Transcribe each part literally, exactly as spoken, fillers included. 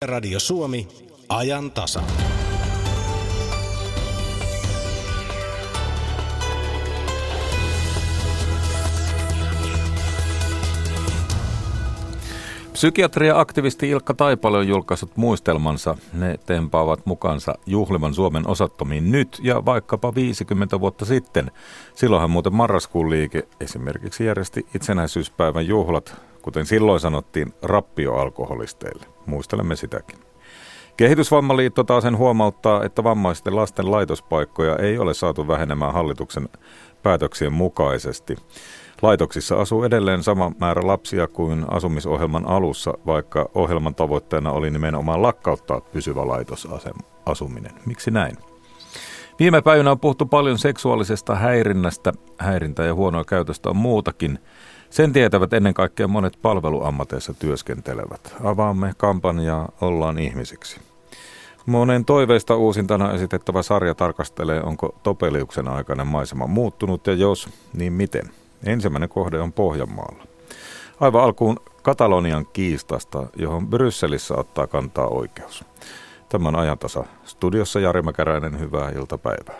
Radio Suomi, ajan tasa. Psykiatria-aktivisti Ilkka Taipale on julkaissut muistelmansa. Ne tempaavat mukaansa juhlivan Suomen osattomiin nyt ja vaikkapa viisikymmentä vuotta sitten. Silloinhan muuten Marraskuun liike esimerkiksi järjesti itsenäisyyspäivän juhlat, kuten silloin sanottiin, rappioalkoholisteille. Muistelemme sitäkin. Kehitysvammaliitto taas sen huomauttaa, että vammaisten lasten laitospaikkoja ei ole saatu vähenemään hallituksen päätöksien mukaisesti. Laitoksissa asuu edelleen sama määrä lapsia kuin asumisohjelman alussa, vaikka ohjelman tavoitteena oli nimenomaan lakkauttaa pysyvä laitosasuminen. Miksi näin? Viime päivinä on puhuttu paljon seksuaalisesta häirinnästä. Häirintä ja huonoa käytöstä on muutakin. Sen tietävät ennen kaikkea monet palveluammateissa työskentelevät. Avaamme kampanjaa Ollaan ihmisiksi. Monen toiveista uusintana esitettävä sarja tarkastelee, onko Topeliuksen aikainen maisema muuttunut ja jos, niin miten. Ensimmäinen kohde on Pohjanmaalla. Aivan alkuun Katalonian kiistasta, johon Brysselissä ottaa kantaa oikeus. Tämä on Ajantasa. Studiossa Jari Mäkäräinen, hyvää iltapäivää.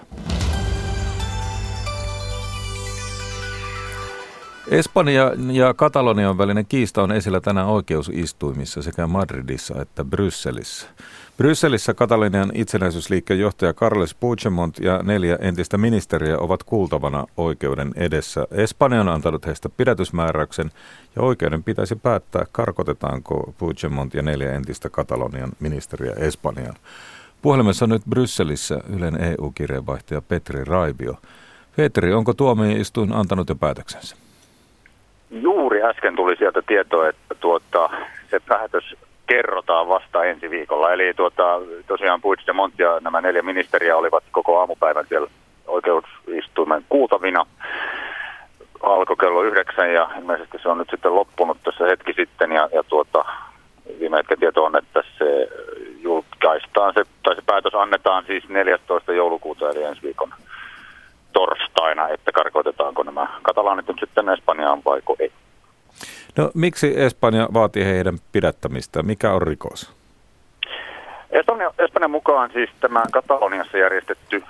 Espanja ja Katalonian välinen kiista on esillä tänään oikeusistuimissa sekä Madridissa että Brysselissä. Brysselissä Katalonian itsenäisyysliikkeen johtaja Carles Puigdemont ja neljä entistä ministeriä ovat kuultavana oikeuden edessä. Espanja on antanut heistä pidätysmääräyksen ja oikeuden pitäisi päättää, karkotetaanko Puigdemont ja neljä entistä Katalonian ministeriä Espanjaan. Puhelimessa nyt Brysselissä Ylen E U-kirjeenvaihtaja Petri Raivio. Petri, onko tuomioistuin antanut jo päätöksensä? Juuri äsken tuli sieltä tietoa, että tuota, se päätös kerrotaan vasta ensi viikolla. Eli tuota, tosiaan Puigdemont ja nämä neljä ministeriä olivat koko aamupäivän siellä oikeusistuimen kuultavina. Alkoi kello yhdeksän ja ilmeisesti se on nyt sitten loppunut tässä hetki sitten. Ja, ja tuota, viime hetken tieto on, että se julkaistaan, se, tai se päätös annetaan siis neljästoista joulukuuta eli ensi viikon torstaina, että karkoitetaanko nämä katalaanit nyt sitten Espanjaan vai ei. No miksi Espanja vaatii heidän pidättämistä? Mikä on rikos? Espanja, Espanjan mukaan siis tämä Kataloniassa järjestetty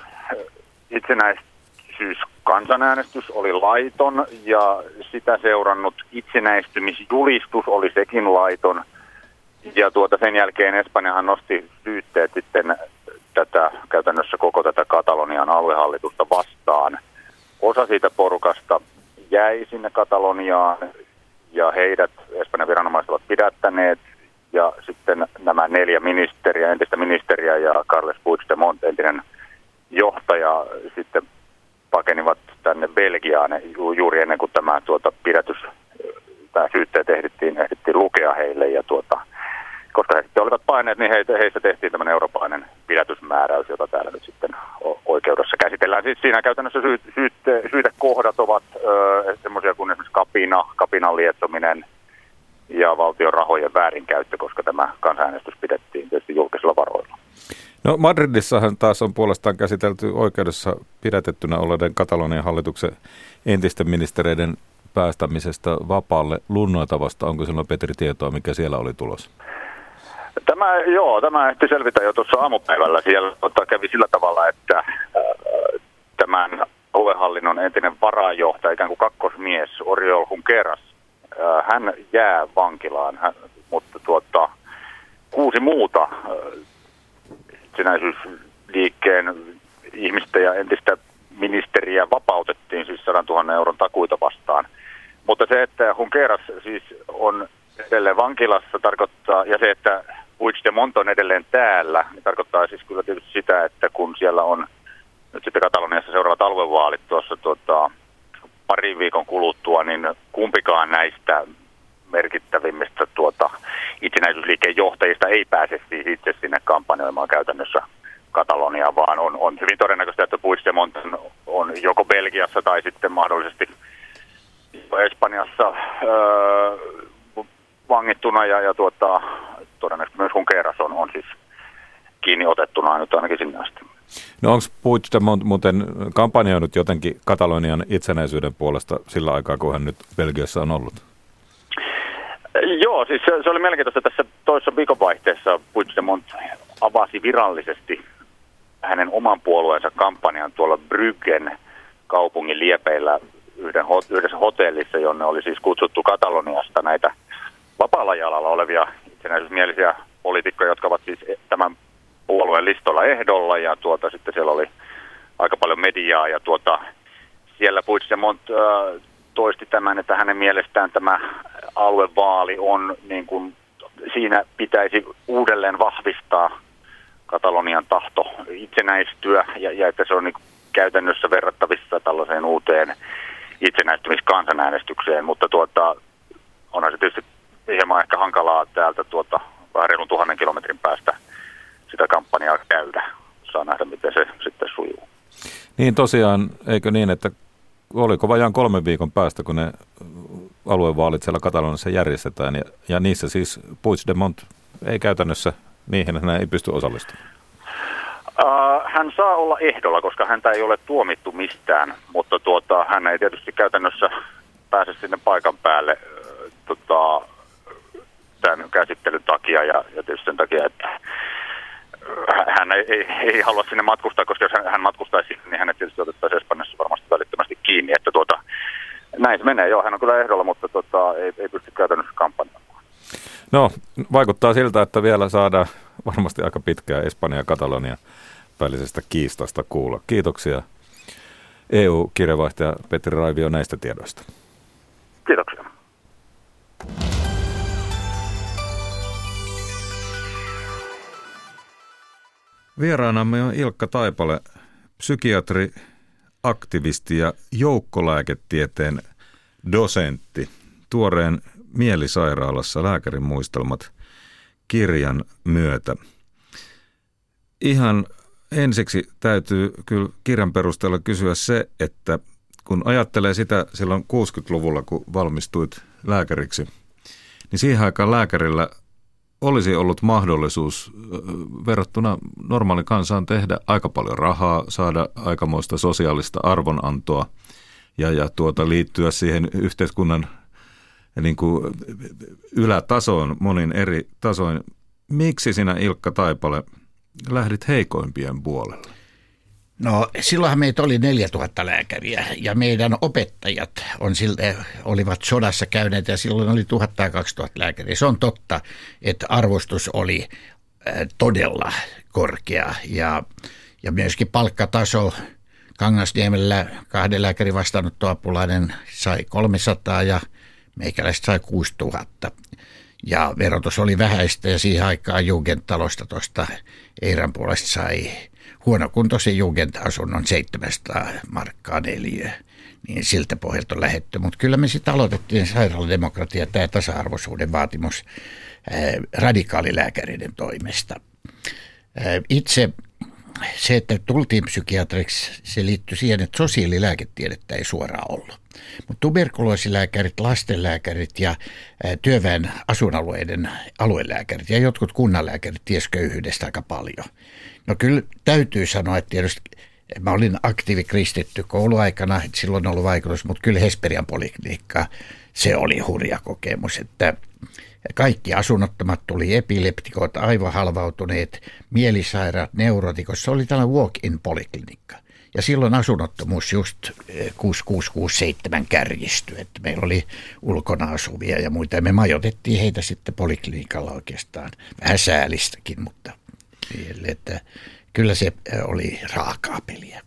itsenäisyyskansanäänestys oli laiton ja sitä seurannut itsenäistymisjulistus oli sekin laiton. Ja tuota sen jälkeen Espanjahan nosti syytteet sitten tätä, käytännössä koko tätä Katalonian aluehallitusta vastaan. Osa siitä porukasta jäi sinne Kataloniaan ja heidät Espanjan viranomaiset ovat pidättäneet. Ja sitten nämä neljä ministeriä, entistä ministeriä ja Carles Puigdemont, entinen johtaja, sitten pakenivat tänne Belgiaan juuri ennen kuin tämä tuota, pidätys, tämä syytteet ehdittiin, ehdittiin lukea heille ja tuota, koska he sitten olivat paineet, niin heistä, heistä tehtiin tämmöinen eurooppalainen pidätysmääräys, jota täällä nyt sitten oikeudessa käsitellään. Siis siinä käytännössä syyt, syytte, syytekohdat ovat semmoisia kuin esimerkiksi kapina, kapinan lietsominen ja valtion rahojen väärinkäyttö, koska tämä kansanäänestys pidettiin tietysti julkisilla varoilla. No Madridissahan taas on puolestaan käsitelty oikeudessa pidätettynä olleiden Katalonian hallituksen entisten ministereiden päästämisestä vapaalle lunnoitavasta. Onko sinulla, Petri, tietoa, mikä siellä oli tulos? Tämä, joo, tämä ehti selvitä jo tuossa aamupäivällä. Siellä mutta kävi sillä tavalla, että äh, tämän aluehallinnon entinen varajohtaja, ikään kuin kakkosmies, Oriol Junqueras, äh, hän jää vankilaan, hän, mutta tuota, kuusi muuta äh, itsenäisyysliikkeen ihmistä ja entistä ministeriä vapautettiin siis sadantuhannen euron takuita vastaan. Mutta se, että Junqueras siis on edelleen vankilassa tarkoittaa, ja se, että Puigdemont on edelleen täällä, niin tarkoittaa siis kyllä tietysti sitä, että kun siellä on nyt sitten Kataloniassa seuraavat aluevaalit tuossa tuota, parin viikon kuluttua, niin kumpikaan näistä merkittävimmistä tuota, itsenäisyysliikkeen johtajista ei pääse siis itse sinne kampanjoimaan käytännössä Kataloniaan, vaan on, on hyvin todennäköistä, että Puigdemont on joko Belgiassa tai sitten mahdollisesti Espanjassa öö, vangittuna ja, ja tuota, todennäköisesti myös Junqueras on, on siis kiinni otettuna nyt ainakin sinne asti. No onko Puigdemont muuten kampanjoinut jotenkin Katalonian itsenäisyyden puolesta sillä aikaa, kun hän nyt Belgiassa on ollut? Joo, siis se, se oli mielenkiintoista. Tässä toisessa viikonvaihteessa Puigdemont avasi virallisesti hänen oman puolueensa kampanjan tuolla Bryggen kaupungin liepeillä yhden, yhdessä hotellissa, jonne oli siis kutsuttu Kataloniasta näitä vapaalla jalalla olevia itsenäisyysmielisiä poliitikkoja, jotka ovat siis tämän puolueen listolla ehdolla, ja tuota, sitten siellä oli aika paljon mediaa, ja tuota, siellä Puigdemont äh, toisti tämän, että hänen mielestään tämä aluevaali on, niin kuin, siinä pitäisi uudelleen vahvistaa Katalonian tahto itsenäistyä, ja, ja että se on niin kuin käytännössä verrattavissa tällaiseen uuteen itsenäistymiskansanäänestykseen, mutta tuota, onhan se tietysti hieman ehkä hankalaa täältä tuota, vähän reilun tuhannen kilometrin päästä sitä kampanjaa käydä. Saa nähdä, miten se sitten sujuu. Niin tosiaan, eikö niin, että oliko vajaan kolmen viikon päästä, kun ne aluevaalit siellä Kataloniassa järjestetään, ja, ja niissä siis Puigdemont ei käytännössä, niihin hän ei pysty osallistumaan. Uh, hän saa olla ehdolla, koska häntä ei ole tuomittu mistään, mutta tuota, hän ei tietysti käytännössä pääse sinne paikan päälle uh, tota, tämän käsittelyn takia, ja, ja tietysti sen takia, että hän ei, ei, ei halua sinne matkustaa, koska jos hän, hän matkustaisi, niin hänet tietysti otettaisiin Espanjassa varmasti välittömästi kiinni. Että tuota, näin se menee. Joo, hän on kyllä ehdolla, mutta tota, ei, ei pysty käytännössä kampanjaamaan. No, vaikuttaa siltä, että vielä saadaan varmasti aika pitkään Espanja ja Katalonia välisestä kiistasta kuulla. Kiitoksia E U-kirjavaihtaja Petri Raivio näistä tiedoista. Kiitoksia. Vieraanamme on Ilkka Taipale, psykiatri, aktivisti ja joukkolääketieteen dosentti. Tuoreen Mielisairaalassa lääkärin muistelmat kirjan myötä. Ihan ensiksi täytyy kyllä kirjan perusteella kysyä se, että kun ajattelee sitä silloin kuusikymmentäluvulla, kun valmistuit lääkäriksi, niin siihen aikaan lääkärillä olisi ollut mahdollisuus verrattuna normaali kansaan tehdä aika paljon rahaa, saada aikamoista sosiaalista arvonantoa ja, ja tuota, liittyä siihen yhteiskunnan niin kuin ylätasoon monin eri tasoin. Miksi sinä, Ilkka Taipale, lähdit heikoimpien puolelle? No silloinhan meitä oli neljätuhatta lääkäriä ja meidän opettajat on siltä, olivat sodassa käyneet ja silloin oli tuhat tai kaksituhatta lääkäriä. Se on totta, että arvostus oli todella korkea ja, ja myöskin palkkataso. Kangasniemellä kahden lääkärin vastaanottoapulainen sai kolmesataa ja meikäläiset sai kuusituhatta. Ja verotus oli vähäistä ja siihen aikaan Jugendtalosta tuosta Eiran puolesta sai huonokuntoisen Jugend-asunnon seitsemänsataa markkaa neliö. Niin siltä pohjalta on lähdetty. Mutta kyllä me sitten aloitettiin sairaalademokratia, tämä tasa-arvoisuuden vaatimus ää, radikaalilääkäreiden toimesta. Ää, itse se, että tultiin psykiatriksi, se liittyy siihen, että sosiaalilääketiedettä ei suoraan ollut. Mutta tuberkuloosilääkärit, lastenlääkärit ja ää, työväen asuinalueiden aluelääkärit ja jotkut kunnanlääkärit ties köyhyydestä aika paljon. No kyllä täytyy sanoa, että tietysti mä olin aktiivikristitty kouluaikana, että silloin on ollut vaikutus, mutta kyllä Hesperian poliklinikka, se oli hurja kokemus, että kaikki asunnottomat tuli, epileptikot, aivohalvautuneet, mielisairaat, neurotikot, se oli tällainen walk-in poliklinikka. Ja silloin asunnottomuus just kuusikymmentäkuusi kuusikymmentäseitsemän kärjistyi, että meillä oli ulkona asuvia ja muita. Ja me majoitettiin heitä sitten poliklinikalla oikeastaan, vähän säälistäkin, mutta että kyllä se oli raakaa peliä.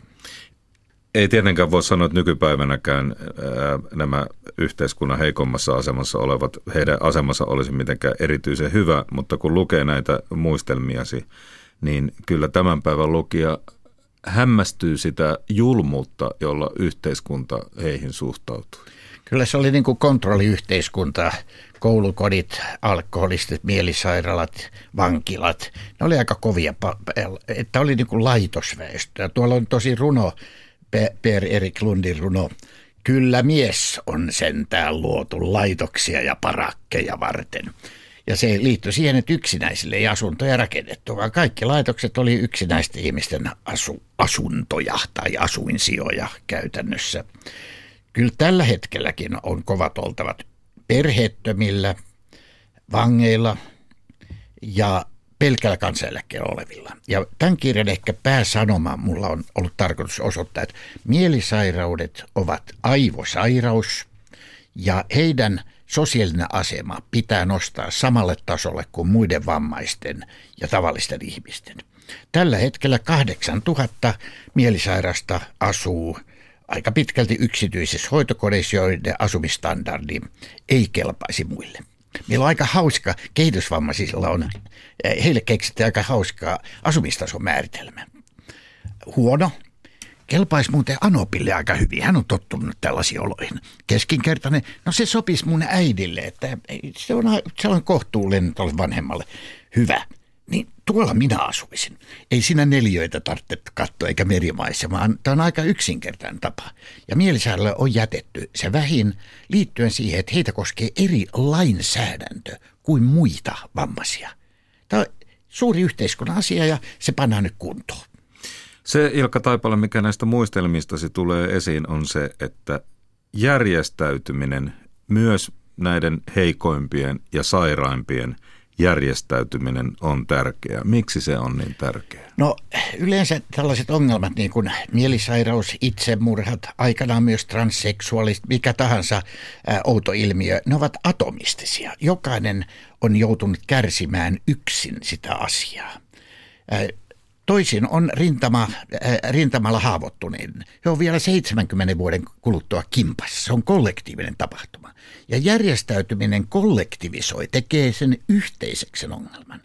Ei tietenkään voi sanoa, että nykypäivänäkään ää, nämä yhteiskunnan heikommassa asemassa olevat, heidän asemansa olisi mitenkään erityisen hyvä, mutta kun lukee näitä muistelmiasi, niin kyllä tämän päivän lukija hämmästyy sitä julmuutta, jolla yhteiskunta heihin suhtautui. Kyllä se oli niin kuin kontrolliyhteiskunta, koulukodit, alkoholistit, mielisairaalat, vankilat. Ne oli aika kovia, että oli niin kuin laitosväestöä. Tuolla on tosi runo, Per Erik Lundin runo. Kyllä mies on sentään luotu laitoksia ja parakkeja varten. Ja se liittyi siihen, että yksinäisille ei asuntoja rakennettu, vaan kaikki laitokset oli yksinäisten ihmisten asu, asuntoja tai asuinsijoja käytännössä. Kyllä tällä hetkelläkin on kovat oltavat perheettömillä vangeilla ja pelkällä kansaneläkkeellä olevilla. Ja tämän kirjan ehkä pääsanoma mulla on ollut tarkoitus osoittaa, että mielisairaudet ovat aivosairaus ja heidän sosiaalinen asema pitää nostaa samalle tasolle kuin muiden vammaisten ja tavallisten ihmisten. Tällä hetkellä kahdeksantuhatta mielisairasta asuu aika pitkälti yksityisissä hoitokodeissa, joiden asumistandardi ei kelpaisi muille. Meillä on aika hauska, kehitysvammaisilla on, heille keksitään aika hauskaa asumistason määritelmä. Huono, kelpaisi muuten Anopille aika hyvin, hän on tottunut tällaisiin oloihin. Keskinkertainen, no se sopisi mun äidille, että se on, se on kohtuullinen tuolle vanhemmalle. Hyvä, niin tuolla minä asuisin. Ei siinä neliöitä tarvitse katsoa eikä merimaissa, vaan tämä on aika yksinkertainen tapa. Ja mielisairaille on jätetty se vähin liittyen siihen, että heitä koskee eri lainsäädäntö kuin muita vammaisia. Tämä on suuri yhteiskunnan asia ja se pannaan nyt kuntoon. Se, Ilkka Taipale, mikä näistä muistelmistasi tulee esiin, on se, että järjestäytyminen, myös näiden heikoimpien ja sairaimpien järjestäytyminen on tärkeää. Miksi se on niin tärkeää? No yleensä tällaiset ongelmat niin kuin mielisairaus, itsemurhat, aikanaan myös transseksuaaliset, mikä tahansa ää, outo ilmiö, ne ovat atomistisia. Jokainen on joutunut kärsimään yksin sitä asiaa. Ää, Toisin on rintama, äh, rintamalla haavoittuneiden. He on vielä seitsemänkymmenen vuoden kuluttua kimpassa. Se on kollektiivinen tapahtuma. Ja järjestäytyminen kollektivisoi, tekee sen yhteiseksi ongelman.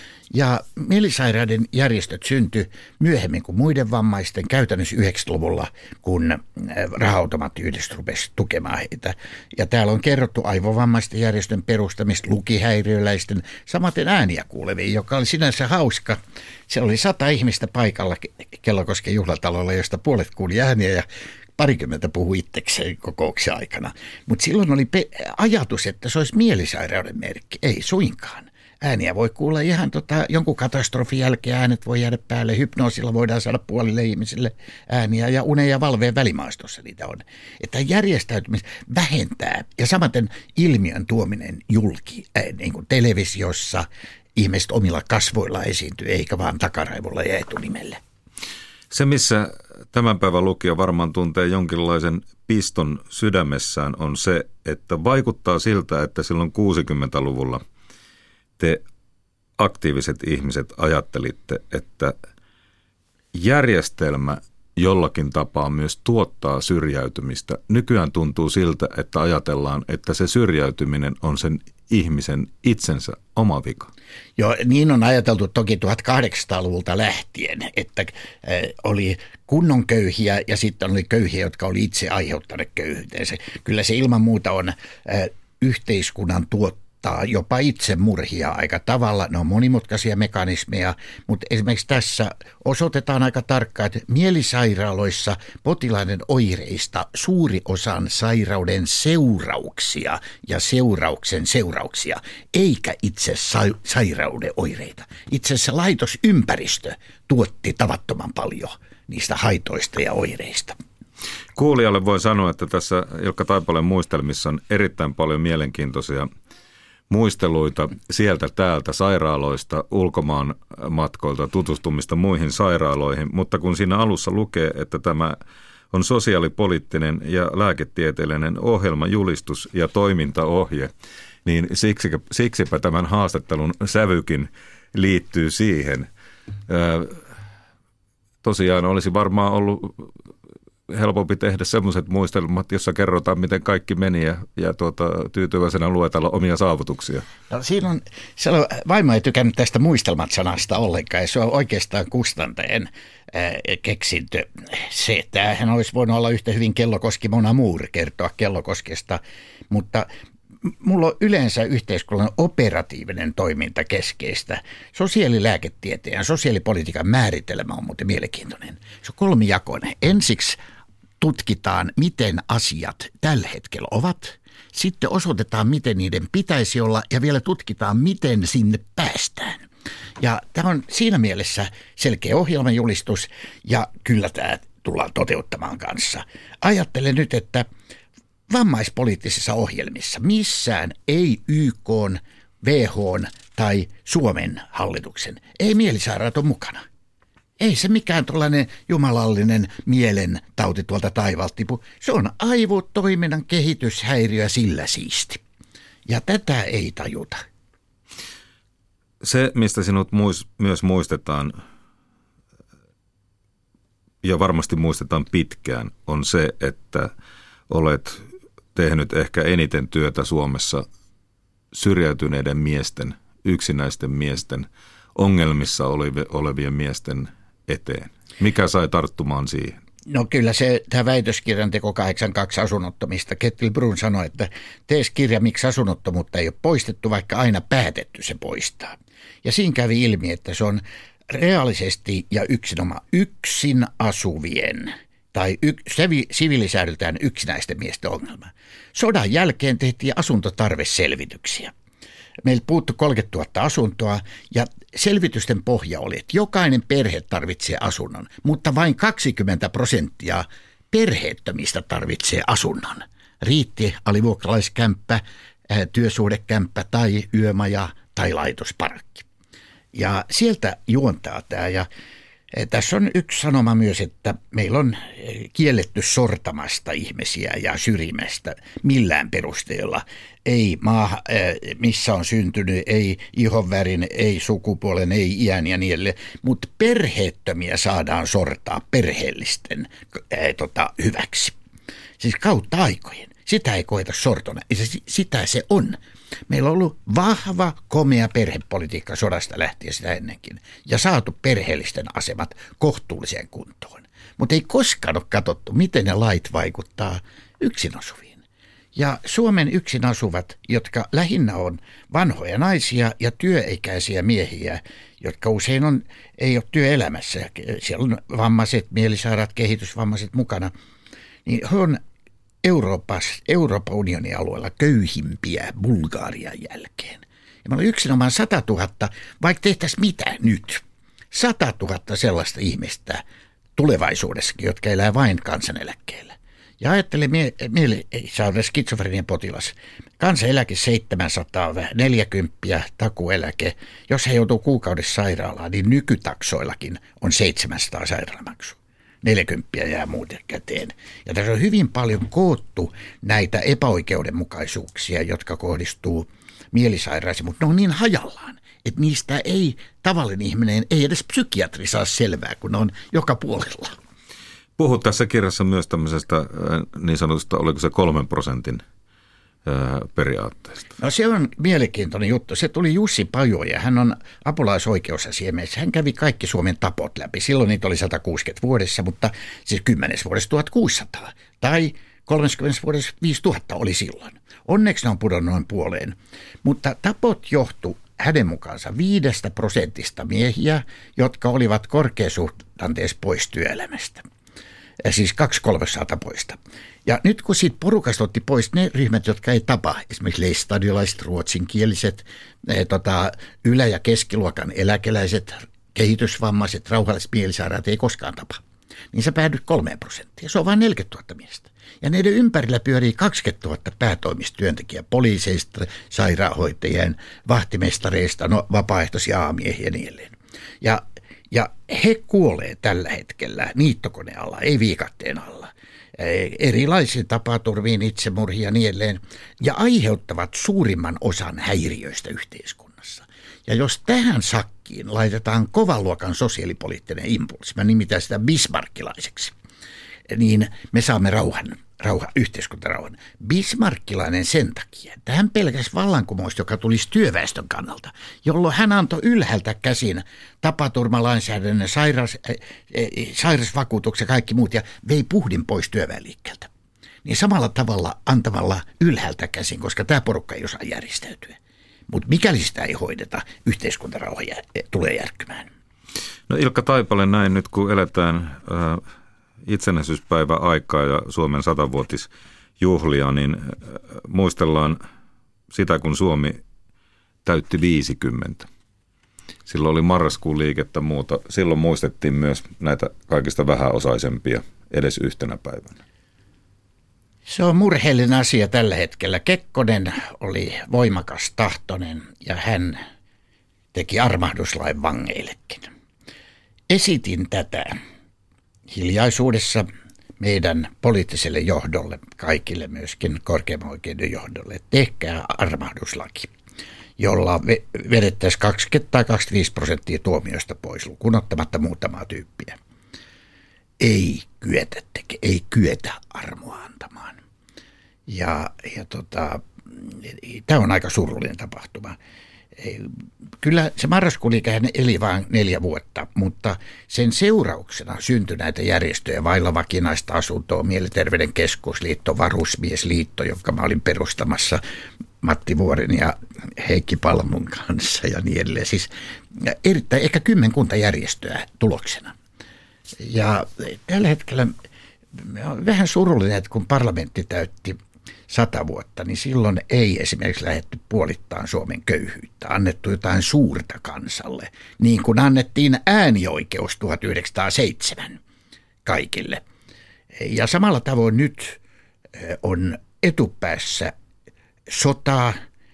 Ja mielisairaiden järjestöt syntyi myöhemmin kuin muiden vammaisten, käytännössä yhdeksänkymmentäluvulla, kun raha-automaattiyhdistys rupesi tukemaan heitä. Ja täällä on kerrottu aivovammaisten järjestön perustamista, lukihäiriöläisten, samaten ääniä kuuleviin, joka oli sinänsä hauska. Siellä oli sata ihmistä paikalla Kellokosken juhlatalolla, josta puolet kuuli ääniä ja parikymmentä puhui itsekseen kokouksen aikana. Mutta silloin oli pe- ajatus, että se olisi mielisairauden merkki. Ei suinkaan. Ääniä voi kuulla ihan tota, jonkun katastrofin jälkeen, äänet voi jäädä päälle, hypnoosilla voidaan saada puolille ihmisille ääniä ja unen ja valveen välimaastossa niitä on. Että järjestäytymistä vähentää ja samaten ilmiön tuominen julki, ää, niin kuin televisiossa ihmiset omilla kasvoilla esiintyy, eikä vaan takaraivolla ja etunimellä. Se, missä tämän päivän lukija varmaan tuntee jonkinlaisen piston sydämessään, on se, että vaikuttaa siltä, että silloin kuusikymmentäluvulla te aktiiviset ihmiset ajattelitte, että järjestelmä jollakin tapaa myös tuottaa syrjäytymistä. Nykyään tuntuu siltä, että ajatellaan, että se syrjäytyminen on sen ihmisen itsensä oma vika. Joo, niin on ajateltu toki tuhatkahdeksansataaluvulta lähtien, että äh, oli kunnon köyhiä ja sitten oli köyhiä, jotka oli itse aiheuttaneet köyhyyteensä. Kyllä se ilman muuta on äh, yhteiskunnan tuottaa jopa itsemurhia aika tavalla. Ne on monimutkaisia mekanismeja, mutta esimerkiksi tässä osoitetaan aika tarkkaan, että mielisairaaloissa potilaiden oireista suuri osan sairauden seurauksia ja seurauksen seurauksia, eikä itse sa- sairauden oireita. Itse asiassa laitosympäristö tuotti tavattoman paljon niistä haitoista ja oireista. Kuulijalle voi sanoa, että tässä Ilkka Taipaleen muistelmissa on erittäin paljon mielenkiintoisia muisteluita sieltä täältä sairaaloista, ulkomaan matkoilta, tutustumista muihin sairaaloihin, mutta kun siinä alussa lukee, että tämä on sosiaalipoliittinen ja lääketieteellinen ohjelma, julistus ja toimintaohje, niin siksi, siksipä tämän haastattelun sävykin liittyy siihen. Ää, tosiaan olisi varmaan ollut helpompi tehdä sellaiset muistelmat, jossa kerrotaan, miten kaikki meni ja, ja tuota, tyytyväisenä luetella omia saavutuksia. No, siinä on, on, vaimo ei tykännyt tästä muistelmat-sanasta ollenkaan, ja se on oikeastaan kustantajan äh, keksintö. Se, että hän olisi voinut olla yhtä hyvin Kellokoski Mona Moore kertoa Kellokoskesta, mutta mulla on yleensä yhteiskunnan operatiivinen toiminta keskeistä. Sosiaalilääketieteen ja sosiaalipolitiikan määritelmä on muuten mielenkiintoinen. Se on kolmijakoinen. Ensiksi tutkitaan, miten asiat tällä hetkellä ovat. Sitten osoitetaan, miten niiden pitäisi olla ja vielä tutkitaan, miten sinne päästään. Ja tämä on siinä mielessä selkeä ohjelmajulistus ja kyllä tämä tullaan toteuttamaan kanssa. Ajattelen nyt, että vammaispoliittisissa ohjelmissa missään ei Y K:n W H:n tai Suomen hallituksen. Ei mielisairaat ole mukana. Ei se mikään tuollainen jumalallinen mielentauti tuolta taivaalta tipu. Se on aivotoiminnan kehityshäiriö sillä siisti. Ja tätä ei tajuta. Se, mistä sinut muis, myös muistetaan, ja varmasti muistetaan pitkään, on se, että olet tehnyt ehkä eniten työtä Suomessa syrjäytyneiden miesten, yksinäisten miesten, ongelmissa olevien miesten eteen. Mikä sai tarttumaan siihen? No kyllä se, tämä väitöskirjan teko kahdeksankymmentäkaksi asunnottomista. Kettil Brun sanoi, että tees kirja, miksi asunnottomuutta ei ole poistettu, vaikka aina päätetty se poistaa. Ja siinä kävi ilmi, että se on reaalisesti ja yksinomaan yksin asuvien tai y- siviilisäädyltään yksinäisten miesten ongelma. Sodan jälkeen tehtiin asuntotarveselvityksiä. Meiltä puuttui kolmekymmentätuhatta asuntoa ja selvitysten pohja oli, että jokainen perhe tarvitsee asunnon, mutta vain kaksikymmentä prosenttia perheettömistä tarvitsee asunnon. Riitti alivuokralaiskämppä, työsuhdekämppä tai yömaja tai laitosparkki. Ja sieltä juontaa tämä ja tässä on yksi sanoma myös, että meillä on kielletty sortamasta ihmisiä ja syrjimästä millään perusteella. Ei maa, missä on syntynyt, ei ihonvärin, ei sukupuolen, ei iän ja niin edelleen. Mutta perheettömiä saadaan sortaa perheellisten ää, tota, hyväksi. Siis kautta aikojen. Sitä ei koeta sortona. Sitä se on. Meillä on ollut vahva, komea perhepolitiikka sodasta lähtien sitä ennenkin ja saatu perheellisten asemat kohtuulliseen kuntoon. Mutta ei koskaan ole katsottu, miten ne lait vaikuttaa yksinasuviin. Ja Suomen yksinasuvat, jotka lähinnä on vanhoja naisia ja työikäisiä miehiä, jotka usein on, ei ole työelämässä, siellä on vammaiset, mielisairaat, kehitysvammaiset mukana, niin he on Euroopassa, Euroopan unionin alueella köyhimpiä Bulgarian jälkeen. Ja meillä on yksinomaan sata tuhatta, vaikka tehtäisiin mitä nyt, sata tuhatta sellaista ihmistä tulevaisuudessakin, jotka elää vain kansaneläkkeellä. Ja ajattele mielisairauden skitsofrenian potilas, kansaneläke seitsemänsataaneljäkymmentä, takueläke, jos he joutuu kuukaudessa sairaalaan, niin nykytaksoillakin on seitsemänsataa sairaalamaksu. neljäkymmentä jää muuten käteen. Ja tässä on hyvin paljon koottu näitä epäoikeudenmukaisuuksia, jotka kohdistuu mielisairaisiin, mutta ne on niin hajallaan, että niistä ei tavallinen ihminen, ei edes psykiatri saa selvää, kun ne on joka puolella. Puhut tässä kirjassa myös tämmöisestä niin sanotusta, oliko se kolmen prosentin periaatteesta? No se on mielenkiintoinen juttu. Se tuli Jussi Pajo ja hän on apulaisoikeusasiamies. Hän kävi kaikki Suomen tapot läpi. Silloin niitä oli sata kuusikymmentä vuodessa, mutta siis kymmenessä vuodessa tuhatkuusisataa. Tai kolmekymmentä vuodessa viisituhatta oli silloin. Onneksi ne on pudonnut noin puoleen. Mutta tapot johtu hänen mukaansa viidestä prosentista miehiä, jotka olivat korkeasuhdanteessa pois työelämästä. Siis kaksi kolmasosaa tapoista. Ja nyt kun siitä porukasta otti pois ne ryhmät, jotka ei tapa, esimerkiksi leistadiolaiset, ruotsinkieliset, e, tota, ylä- ja keskiluokan eläkeläiset, kehitysvammaiset, rauhalliset mielisairaat ei koskaan tapa, niin sä päädyt kolmeen prosenttiin. Se on vain neljäkymmentätuhatta miestä. Ja neiden ympärillä pyörii kaksikymmentätuhatta päätoimistyöntekijää, poliiseista, sairaanhoitajien, vahtimestareista, no, vapaaehtoisia aamiehiä ja niin edelleen. Ja Ja he kuolee tällä hetkellä niittokoneen alla, ei viikatteen alla, erilaisiin tapaturmiin, itsemurhiin ja niin edelleen, ja aiheuttavat suurimman osan häiriöistä yhteiskunnassa. Ja jos tähän sakkiin laitetaan kovan luokan sosiaalipoliittinen impulssi, mä nimitän sitä bismarckilaiseksi, niin me saamme rauhan. Rauha, yhteiskuntarauhan. Bismarckilainen sen takia, että hän pelkäsi vallankumousta, joka tulisi työväestön kannalta, jolloin hän antoi ylhäältä käsin tapaturmalainsäädännön, sairas, äh, äh, sairausvakuutuksen ja kaikki muut ja vei puhdin pois työväenliikkeeltä. Niin samalla tavalla antamalla ylhäältä käsin, koska tämä porukka ei osaa järjestäytyä. Mutta mikäli sitä ei hoideta, yhteiskuntarauha jää, tulee järkkymään. No Ilkka Taipale, näin nyt kun eletään Äh... itsenäisyyspäivä aikaa ja Suomen satavuotisjuhlia, niin muistellaan sitä, kun Suomi täytti viisikymmentä. Silloin oli marraskuun liikettä muuta. Silloin muistettiin myös näitä kaikista vähäosaisempia edes yhtenä päivänä. Se on murheellinen asia tällä hetkellä. Kekkonen oli voimakas tahtoinen ja hän teki armahduslain vangeillekin. Esitin tätä hiljaisuudessa meidän poliittiselle johdolle, kaikille myöskin korkeimman oikeuden johdolle, että tehkää armahduslaki, jolla vedettäisiin kaksikymmentä tai kaksikymmentäviisi prosenttia tuomioista pois, lukuun ottamatta muutamaa tyyppiä. Ei kyetä teke, ei kyetä armoa antamaan. Ja, ja tota, tämä on aika surullinen tapahtuma. Kyllä se marraskuuliikehän eli vain neljä vuotta, mutta sen seurauksena syntyi näitä järjestöjä vailla vakinaista asuntoa, Mielenterveyden keskusliitto, Varusmiesliitto, jonka mä olin perustamassa Matti Vuoren ja Heikki Palmun kanssa ja niin edelleen. Siis erittäin, ehkä kymmenkunta järjestöä tuloksena. Ja tällä hetkellä on vähän surullinen, että kun parlamentti täytti sata vuotta, niin silloin ei esimerkiksi lähdetty puolittaan Suomen köyhyyttä, annettu jotain suurta kansalle, niin kuin annettiin äänioikeus tuhatyhdeksänsataaseitsemän kaikille. Ja samalla tavoin nyt on etupäässä sotaa,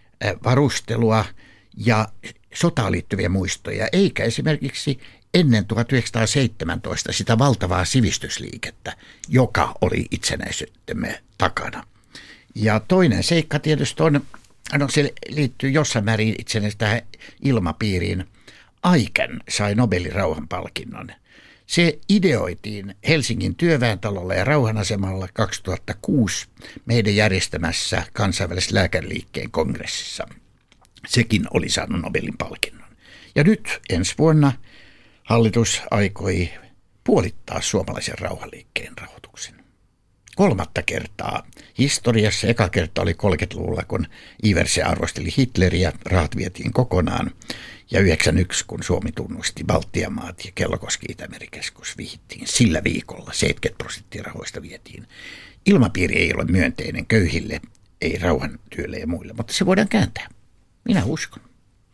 varustelua ja sotaan liittyviä muistoja, eikä esimerkiksi ennen tuhatyhdeksänsataaseitsemäntoista sitä valtavaa sivistysliikettä, joka oli itsenäisyytemme takana. Ja toinen seikka tietysti on, no se liittyy jossain määrin itse asiassa tähän ilmapiiriin. Aiken sai Nobelin rauhanpalkinnon. Se ideoitiin Helsingin Työväentalolla ja Rauhanasemalla kaksituhattakuusi meidän järjestämässä kansainvälisen lääkäriliikkeen kongressissa. Sekin oli saanut Nobelin palkinnon. Ja nyt ensi vuonna hallitus aikoi puolittaa suomalaisen rauhanliikkeen rahoituksen. Kolmatta kertaa historiassa. Eka kerta oli kolmekymmentäluvulla, kun Iversen arvosteli Hitleriä, rahat vietiin kokonaan. Ja yhdeksänkymmentäyksi, kun Suomi tunnusti Baltian maat ja Kellokoski-Itämeri-keskus vihittiin sillä viikolla. seitsemänkymmentä prosenttia rahoista vietiin. Ilmapiiri ei ole myönteinen köyhille, ei rauhantyölle ja muille, mutta se voidaan kääntää. Minä uskon.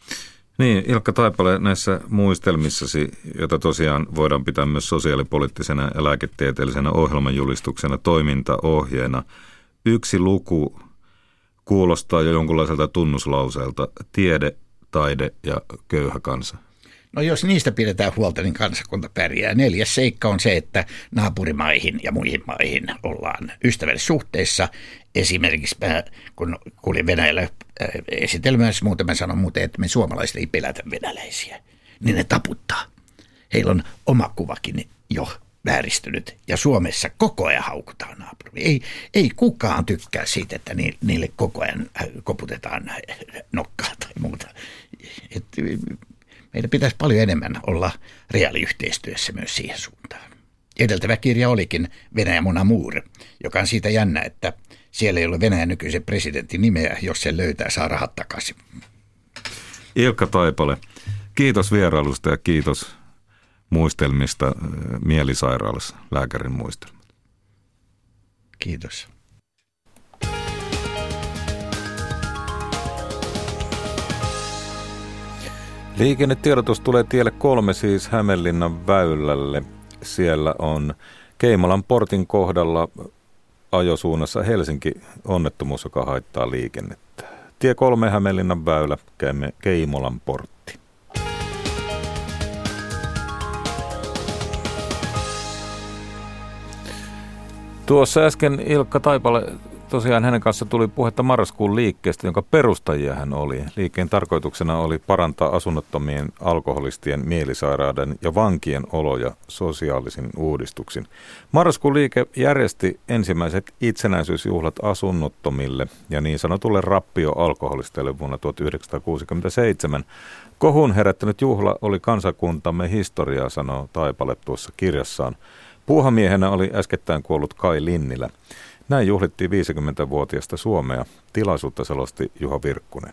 Niin, Ilkka Taipale, näissä muistelmissasi, joita tosiaan voidaan pitää myös sosiaalipoliittisena ja lääketieteellisenä ohjelmanjulistuksena, toimintaohjeena, yksi luku kuulostaa jo jonkunlaiselta tunnuslauseelta: tiede, taide ja köyhä kansa. No jos niistä pidetään huolta, niin kansakunta pärjää. Neljäs seikka on se, että naapurimaihin ja muihin maihin ollaan ystävällisessä suhteissa. Esimerkiksi mä, kun kuulin Venäjällä esitelmässä, muuten mä sanon muuten, että me suomalaiset ei pelätä venäläisiä, niin ne taputtaa. Heillä on oma kuvakin jo vääristynyt ja Suomessa koko ajan haukutaan naapuri. Ei, ei kukaan tykkää siitä, että niille koko ajan koputetaan nokkaa tai muuta. Et, meidän pitäisi paljon enemmän olla reaaliyhteistyössä myös siihen suuntaan. Edeltävä kirja olikin Venäjä mon amour, joka on siitä jännä, että siellä ei ole Venäjän nykyisen presidentin nimeä, jos se löytää, saa rahat takaisin. Ilkka Taipale, kiitos vierailusta ja kiitos muistelmista Mielisairaalassa, lääkärin muistelmat. Kiitos. Liikennetiedotus tulee tielle kolme, siis Hämeenlinnan väylälle. Siellä on Keimolan portin kohdalla ajosuunnassa Helsinki onnettomuus, joka haittaa liikennettä. Tie kolme, Hämeenlinnan väylä, käymme Keimolan portti. Tuossa äsken Ilkka Taipale, tosiaan hänen kanssa tuli puhetta marraskuun liikkeestä, jonka perustajia hän oli. Liikkeen tarkoituksena oli parantaa asunnottomien, alkoholistien, mielisairaiden ja vankien oloja sosiaalisin uudistuksin. Marraskuun liike järjesti ensimmäiset itsenäisyysjuhlat asunnottomille ja niin sanotulle rappio-alkoholisteille vuonna tuhatyhdeksänsataakuusikymmentäseitsemän. Kohun herättänyt juhla oli kansakuntamme historiaa, sanoo Taipale tuossa kirjassaan. Puuhamiehenä oli äskettäin kuollut Kai Linnilä. Näin juhlittiin viisikymmentävuotiaasta Suomea. Tilaisuutta selosti Juha Virkkunen.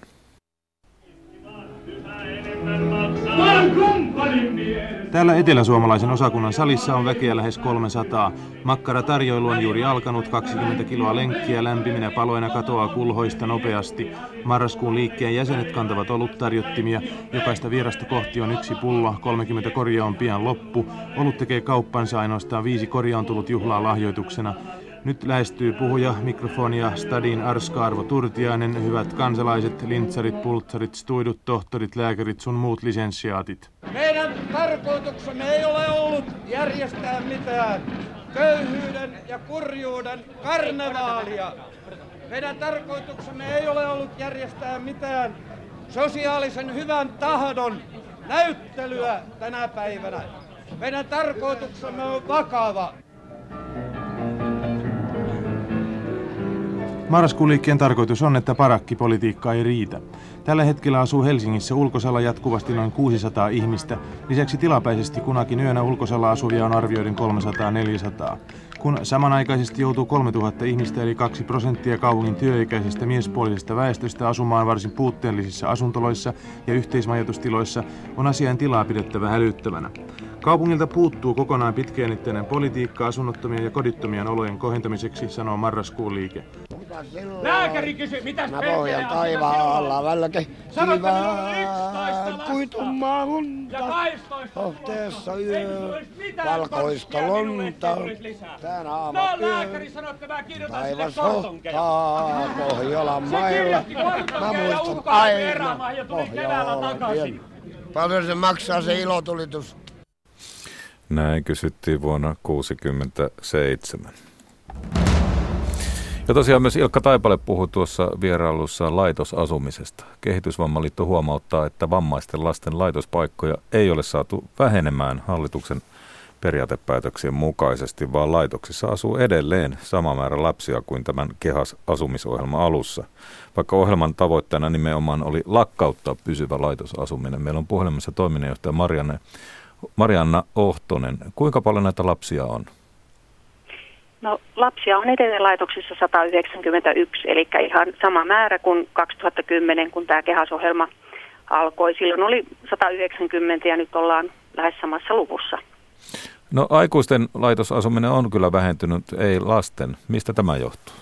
Täällä eteläsuomalaisen osakunnan salissa on väkeä lähes kolmesataa. Makkaratarjoilu on juuri alkanut, kaksikymmentä kiloa lenkkiä lämpiminä paloina katoaa kulhoista nopeasti. Marraskuun liikkeen jäsenet kantavat oluttarjottimia. Jokaista vierasta kohti on yksi pullo, kolmekymmentä koria on pian loppu. Olut tekee kauppansa, ainoastaan viisi koria on tullut juhlaa lahjoituksena. Nyt lähestyy puhuja mikrofonia Stadin Arska-Arvo Turtiainen, hyvät kansalaiset, lintsarit, pultsarit, stuidut, tohtorit, lääkärit sun muut lisenssiaatit. Meidän tarkoituksemme ei ole ollut järjestää mitään köyhyyden ja kurjuuden karnevaalia. Meidän tarkoituksemme ei ole ollut järjestää mitään sosiaalisen hyvän tahdon näyttelyä tänä päivänä. Meidän tarkoituksemme on vakava. Marraskuun liikkeen tarkoitus on, että parakkipolitiikka ei riitä. Tällä hetkellä asuu Helsingissä ulkosalla jatkuvasti noin kuusisataa ihmistä. Lisäksi tilapäisesti kunakin yönä ulkosalla asuvia on arvioiden kolmesataa neljäsataa. Kun samanaikaisesti joutuu kolmetuhatta ihmistä eli kaksi prosenttia kaupungin työikäisestä miespuolisesta väestöstä asumaan varsin puutteellisissa asuntoloissa ja yhteismajoitustiloissa, on asian tilaa pidettävä hälyttävänä. Kaupungilta puuttuu kokonaan pitkäjännitteinen politiikka asunnottomien ja kodittomien olojen kohentamiseksi, sanoo Marraskuun liike. Lääkäri kysyi, mitäs mä pohjan taivaalla välke syvää kuitumaa lunta. Kohteessa yö, valkoista lunta. Tän aamu yö, taivas hohtaa Pohjolan mailla. Mä muistan aina Pohjolan tien. Paljon se maksaa se ilotulitus? Näin kysyttiin vuonna tuhatyhdeksänsataakuusikymmentäseitsemän. Ja tosiaan myös Ilkka Taipale puhui tuossa vierailussa laitosasumisesta. Kehitysvammaliitto huomauttaa, että vammaisten lasten laitospaikkoja ei ole saatu vähenemään hallituksen periaatepäätöksien mukaisesti, vaan laitoksissa asuu edelleen sama määrä lapsia kuin tämän KEHAS-asumisohjelman alussa. Vaikka ohjelman tavoitteena nimenomaan oli lakkauttaa pysyvä laitosasuminen. Meillä on puhelimessa toiminnanjohtaja Marianne Marianna Ohtonen, kuinka paljon näitä lapsia on? No lapsia on edelleen laitoksissa sata yhdeksänkymmentäyksi, eli ihan sama määrä kuin kaksituhattakymmenen, kun tämä KEHAS-ohjelma alkoi. Silloin oli sata yhdeksänkymmentä ja nyt ollaan lähes samassa luvussa. No aikuisten laitosasuminen on kyllä vähentynyt, ei lasten. Mistä tämä johtuu?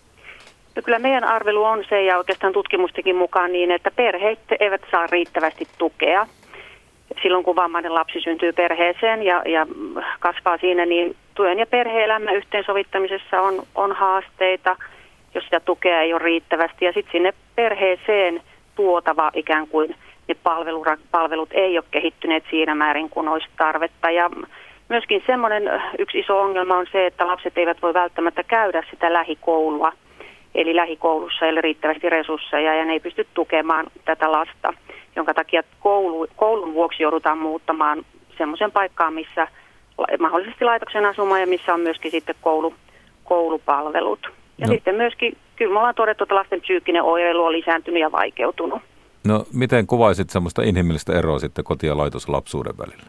No kyllä meidän arvelu on se, ja oikeastaan tutkimustenkin mukaan niin, että perheet eivät saa riittävästi tukea. Silloin kun vammainen lapsi syntyy perheeseen ja, ja kasvaa siinä, niin työn ja perhe-elämän yhteensovittamisessa on, on haasteita, jos sitä tukea ei ole riittävästi. Ja sitten sinne perheeseen tuotava ikään kuin ne palvelu, palvelut ei ole kehittyneet siinä määrin, kun olisi tarvetta. Ja myöskin semmoinen yksi iso ongelma on se, että lapset eivät voi välttämättä käydä sitä lähikoulua. Eli lähikoulussa ei ole riittävästi resursseja ja ne ei pysty tukemaan tätä lasta, jonka takia koulu, koulun vuoksi joudutaan muuttamaan semmoisen paikkaan, missä mahdollisesti laitoksen asumaan ja missä on myöskin sitten koulu, koulupalvelut. Ja no. Sitten myöskin, kyllä me ollaan todettu, että lasten psyykkinen oireilu on lisääntynyt ja vaikeutunut. No miten kuvaisit semmoista inhimillistä eroa sitten koti- ja laitoslapsuuden välillä?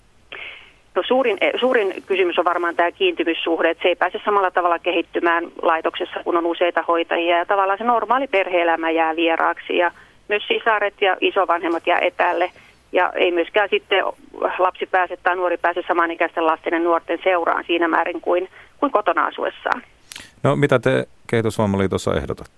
No suurin, suurin kysymys on varmaan tämä kiintymyssuhde, että se ei pääse samalla tavalla kehittymään laitoksessa, kun on useita hoitajia. Ja tavallaan se normaali perhe-elämä jää vieraaksi ja myös sisaret ja isovanhemmat jää etäälle. Ja ei myöskään sitten lapsi pääse tai nuori pääse samanikäisten lasten ja nuorten seuraan siinä määrin kuin, kuin kotona asuessaan. No mitä te Kehitysvammaliitossa ehdotatte?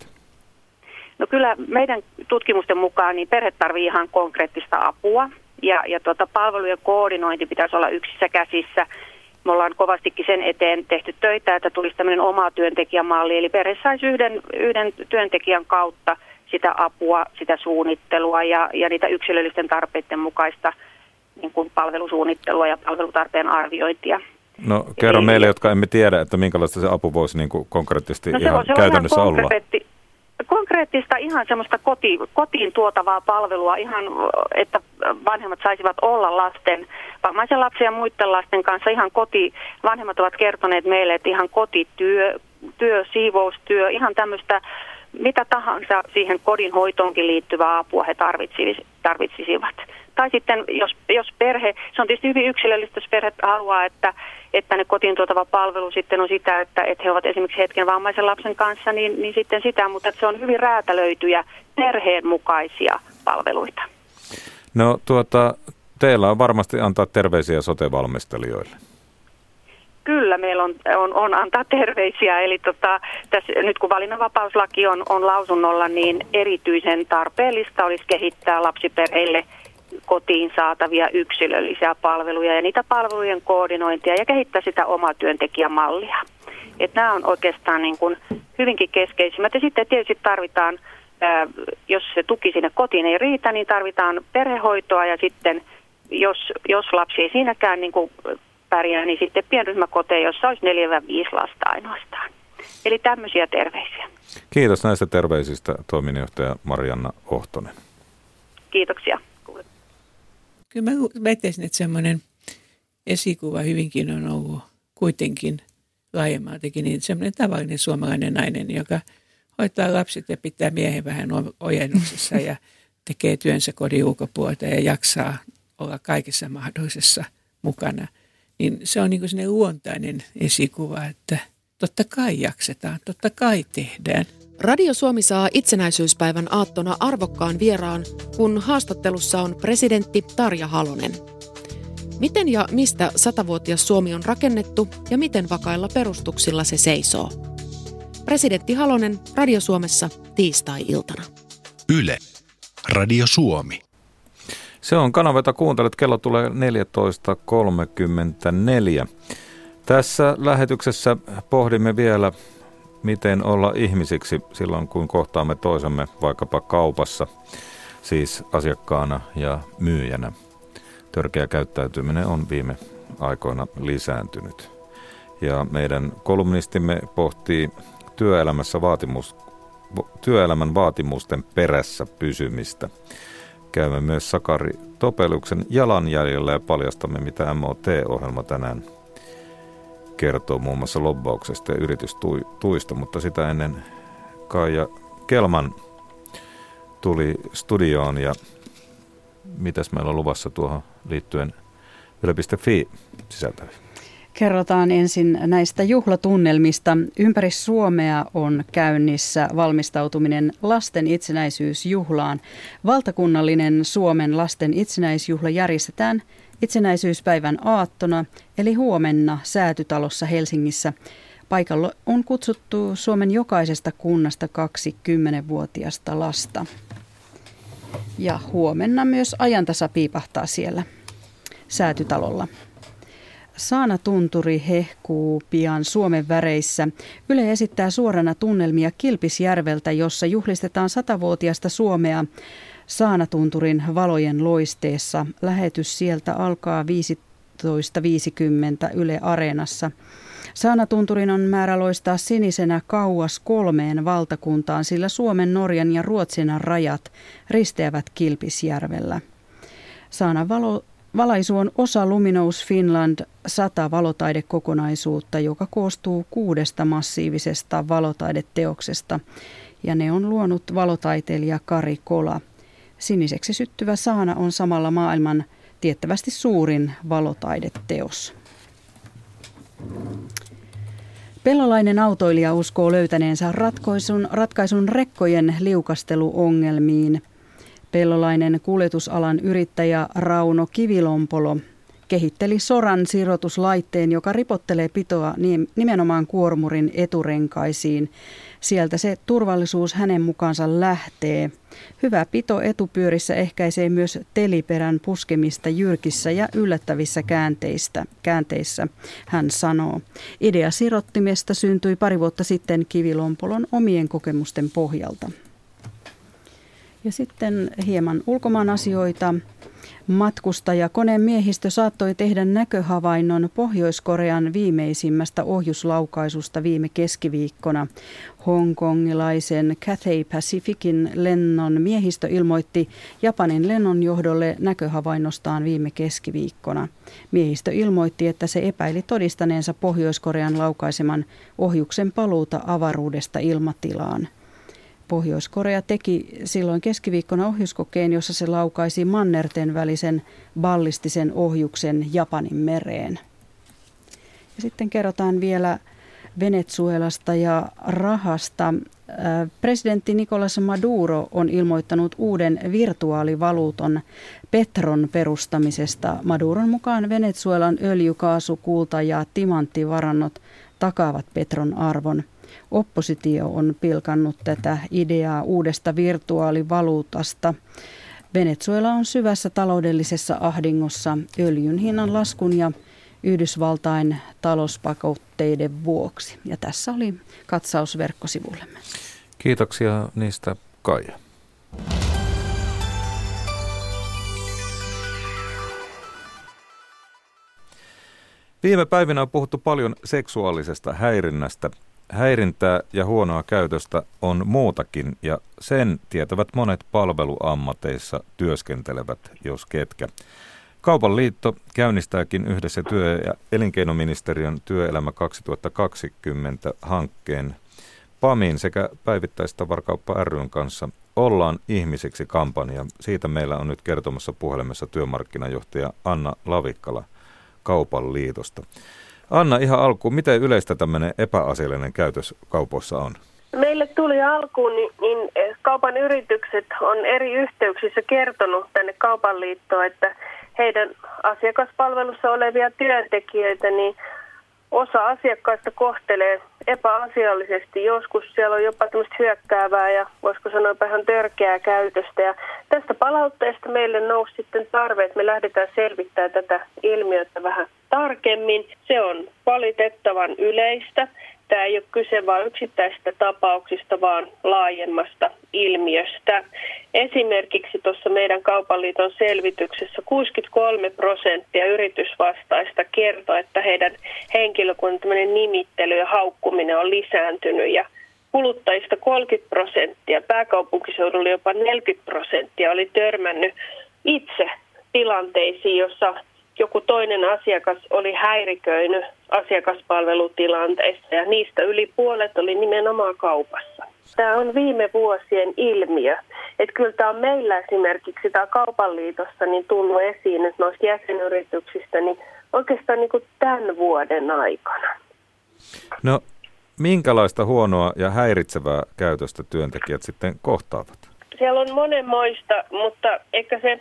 No kyllä meidän tutkimusten mukaan niin perhe tarvitsee ihan konkreettista apua. Ja, ja tuota, palvelujen koordinointi pitäisi olla yksissä käsissä. Me ollaan kovastikin sen eteen tehty töitä, että tulisi tämmöinen oma työntekijämalli. Eli perhe saisi yhden, yhden työntekijän kautta sitä apua, sitä suunnittelua ja, ja niitä yksilöllisten tarpeiden mukaista niin kuin palvelusuunnittelua ja palvelutarpeen arviointia. No kerro Eli, meille, jotka emme tiedä, että minkälaista se apu voisi niin kuin konkreettisesti no, ihan käytännössä ihan olla. Konkreettista ihan semmoista koti, kotiin tuotavaa palvelua, ihan että vanhemmat saisivat olla lasten, vammaisen lapsen ja muiden lasten kanssa ihan koti. Vanhemmat ovat kertoneet meille, että ihan kotityö, työ, siivoustyö, ihan tämmöistä mitä tahansa siihen kodin hoitoonkin liittyvää apua he tarvitsisivat. Tai sitten jos, jos perhe, se on tietysti hyvin yksilöllistä, jos perhe haluaa, että, että ne kotiin tuotava palvelu sitten on sitä, että, että he ovat esimerkiksi hetken vammaisen lapsen kanssa, niin, niin sitten sitä, mutta se on hyvin räätälöityjä perheen mukaisia palveluita. No tuota, teillä on varmasti antaa terveisiä sote-valmistelijoille. Kyllä, meillä on, on, on antaa terveisiä. Eli tota, tässä, nyt kun valinnanvapauslaki on, on lausunnolla, niin erityisen tarpeellista olisi kehittää lapsiperheille kotiin saatavia yksilöllisiä palveluja ja niitä palvelujen koordinointia ja kehittää sitä omaa työntekijämallia. Että nämä on oikeastaan niin kuin hyvinkin keskeisimmät. Ja sitten tietysti tarvitaan, ää, jos se tuki sinne kotiin ei riitä, niin tarvitaan perhehoitoa ja sitten jos, jos lapsi ei siinäkään niin kuin pärjää, niin sitten pienryhmäkoteja, jossa olisi neljä viisi lasta ainoastaan. Eli tämmöisiä terveisiä. Kiitos näistä terveisistä, toiminnanjohtaja Marianna Ohtonen. Kiitoksia. Kyllä mä väittäisin, että semmoinen esikuva hyvinkin on ollut kuitenkin laajemmaltakin niin semmoinen tavallinen suomalainen nainen, joka hoitaa lapset ja pitää miehen vähän ojennuksessa ja tekee työnsä kodin ulkopuolelta ja jaksaa olla kaikessa mahdollisessa mukana. Niin se on niin kuin sellainen luontainen esikuva, että totta kai jaksetaan, totta kai tehdään. Radio Suomi saa itsenäisyyspäivän aattona arvokkaan vieraan, kun haastattelussa on presidentti Tarja Halonen. Miten ja mistä satavuotias Suomi on rakennettu ja miten vakailla perustuksilla se seisoo? Presidentti Halonen Radio Suomessa tiistai-iltana. Yle. Radio Suomi. Se on kanava, jota kuuntelet. Kello tulee neljätoista kolmekymmentäneljä. Tässä lähetyksessä pohdimme vielä, miten olla ihmisiksi silloin, kun kohtaamme toisemme vaikkapa kaupassa, siis asiakkaana ja myyjänä. Törkeä käyttäytyminen on viime aikoina lisääntynyt. Ja meidän kolumnistimme pohtii työelämässä vaatimus, työelämän vaatimusten perässä pysymistä. Käymme myös Sakari Topeliuksen jalanjäljellä ja paljastamme, mitä M O T-ohjelma tänään kertoo muun muassa lobbauksesta ja yritystuista, mutta sitä ennen Kaija Kelman tuli studioon ja mitäs meillä on luvassa tuohon liittyen yle piste fi sisältäviin? Kerrotaan ensin näistä juhlatunnelmista. Ympäri Suomea on käynnissä valmistautuminen lasten itsenäisyysjuhlaan. Valtakunnallinen Suomen lasten itsenäisyysjuhla järjestetään itsenäisyyspäivän aattona, eli huomenna Säätytalossa Helsingissä. Paikalla on kutsuttu Suomen jokaisesta kunnasta kaksi kymmenvuotiasta lasta. Ja huomenna myös ajantasa piipahtaa siellä Säätytalolla. Saanatunturi hehkuu pian Suomen väreissä. Yle esittää suorana tunnelmia Kilpisjärveltä, jossa juhlistetaan satavuotiasta Suomea Saanatunturin valojen loisteessa. Lähetys sieltä alkaa viisitoista viisikymmentä Yle Areenassa. Saanatunturin on määrä loistaa sinisenä kauas kolmeen valtakuntaan, sillä Suomen, Norjan ja Ruotsin rajat risteävät Kilpisjärvellä. Saanan valo Valaisu on osa Luminous Finland sata valotaidekokonaisuutta, joka koostuu kuudesta massiivisesta valotaideteoksesta, ja ne on luonut valotaiteilija Kari Kola. Siniseksi syttyvä saana on samalla maailman tiettävästi suurin valotaideteos. Pellolainen autoilija uskoo löytäneensä ratkaisun, ratkaisun rekkojen liukasteluongelmiin. Pellolainen kuljetusalan yrittäjä Rauno Kivilompolo kehitteli soran sirotuslaitteen, joka ripottelee pitoa nimenomaan kuormurin eturenkaisiin. Sieltä se turvallisuus hänen mukaansa lähtee. Hyvä pito etupyörissä ehkäisee myös teliperän puskemista jyrkissä ja yllättävissä käänteistä, käänteissä, hän sanoo. Idea sirottimesta syntyi pari vuotta sitten Kivilompolon omien kokemusten pohjalta. Ja sitten hieman ulkomaan asioita. Matkustajakoneen miehistö saattoi tehdä näköhavainnon Pohjois-Korean viimeisimmästä ohjuslaukaisusta viime keskiviikkona. Hongkongilaisen Cathay Pacificin lennon miehistö ilmoitti Japanin lennonjohdolle näköhavainnostaan viime keskiviikkona. Miehistö ilmoitti, että se epäili todistaneensa Pohjois-Korean laukaiseman ohjuksen paluuta avaruudesta ilmatilaan. Pohjois-Korea teki silloin keskiviikkona ohjuskokeen, jossa se laukaisi mannerten välisen ballistisen ohjuksen Japanin mereen. Ja sitten kerrotaan vielä Venezuelasta ja rahasta. Presidentti Nicolás Maduro on ilmoittanut uuden virtuaalivaluuton Petron perustamisesta. Maduron mukaan Venezuelan öljy, kaasu, kulta ja timanttivarannot takaavat Petron arvon. Oppositio on pilkannut tätä ideaa uudesta virtuaalivaluutasta. Venezuela on syvässä taloudellisessa ahdingossa öljyn hinnan laskun ja Yhdysvaltain talouspakotteiden vuoksi. Ja tässä oli katsaus verkkosivullemme. Kiitoksia niistä, Kaija. Viime päivinä on puhuttu paljon seksuaalisesta häirinnästä. Häirintää ja huonoa käytöstä on muutakin, ja sen tietävät monet palveluammateissa työskentelevät, jos ketkä. Kaupan liitto käynnistääkin yhdessä työ- ja elinkeinoministeriön Työelämä kaksituhattakaksikymmentä hankkeen PAMin sekä Päivittäistavarakauppa ry:n kanssa Ollaan ihmisiksi -kampanja. Siitä meillä on nyt kertomassa puhelimessa työmarkkinajohtaja Anna Lavikkala Kaupan liitosta. Anna, ihan alkuun, miten yleistä tämmöinen epäasiallinen käytös kaupoissa on? Meille tuli alkuun, niin, niin kaupan yritykset on eri yhteyksissä kertonut tänne Kaupan liittoon, että heidän asiakaspalvelussa olevia työntekijöitä, niin osa asiakkaista kohtelee epäasiallisesti. Joskus siellä on jopa tämmöistä hyökkäävää ja voisiko sanoa ihan törkeää käytöstä. Ja tästä palautteesta meille nousi sitten tarve, että me lähdetään selvittämään tätä ilmiötä vähän tarkemmin. Se on valitettavan yleistä. Tämä ei ole kyse vain yksittäisistä tapauksista, vaan laajemmasta ilmiöstä. Esimerkiksi tuossa meidän Kaupan liiton selvityksessä kuusikymmentäkolme prosenttia yritysvastaista kertoo, että heidän henkilökunnan nimittely ja haukkuminen on lisääntynyt. Ja kuluttajista kolmekymmentä prosenttia, pääkaupunkiseudulla jopa neljäkymmentä prosenttia oli törmännyt itse tilanteisiin, jossa joku toinen asiakas oli häiriköinyt asiakaspalvelutilanteissa ja niistä yli puolet oli nimenomaan kaupassa. Tämä on viime vuosien ilmiö. Että kyllä tämä on meillä esimerkiksi tämä Kaupan liitossa niin tullut esiin nyt noista jäsenyrityksistä niin oikeastaan niin kuin tämän vuoden aikana. No, minkälaista huonoa ja häiritsevää käytöstä työntekijät sitten kohtaavat? Siellä on monenmoista, mutta ehkä se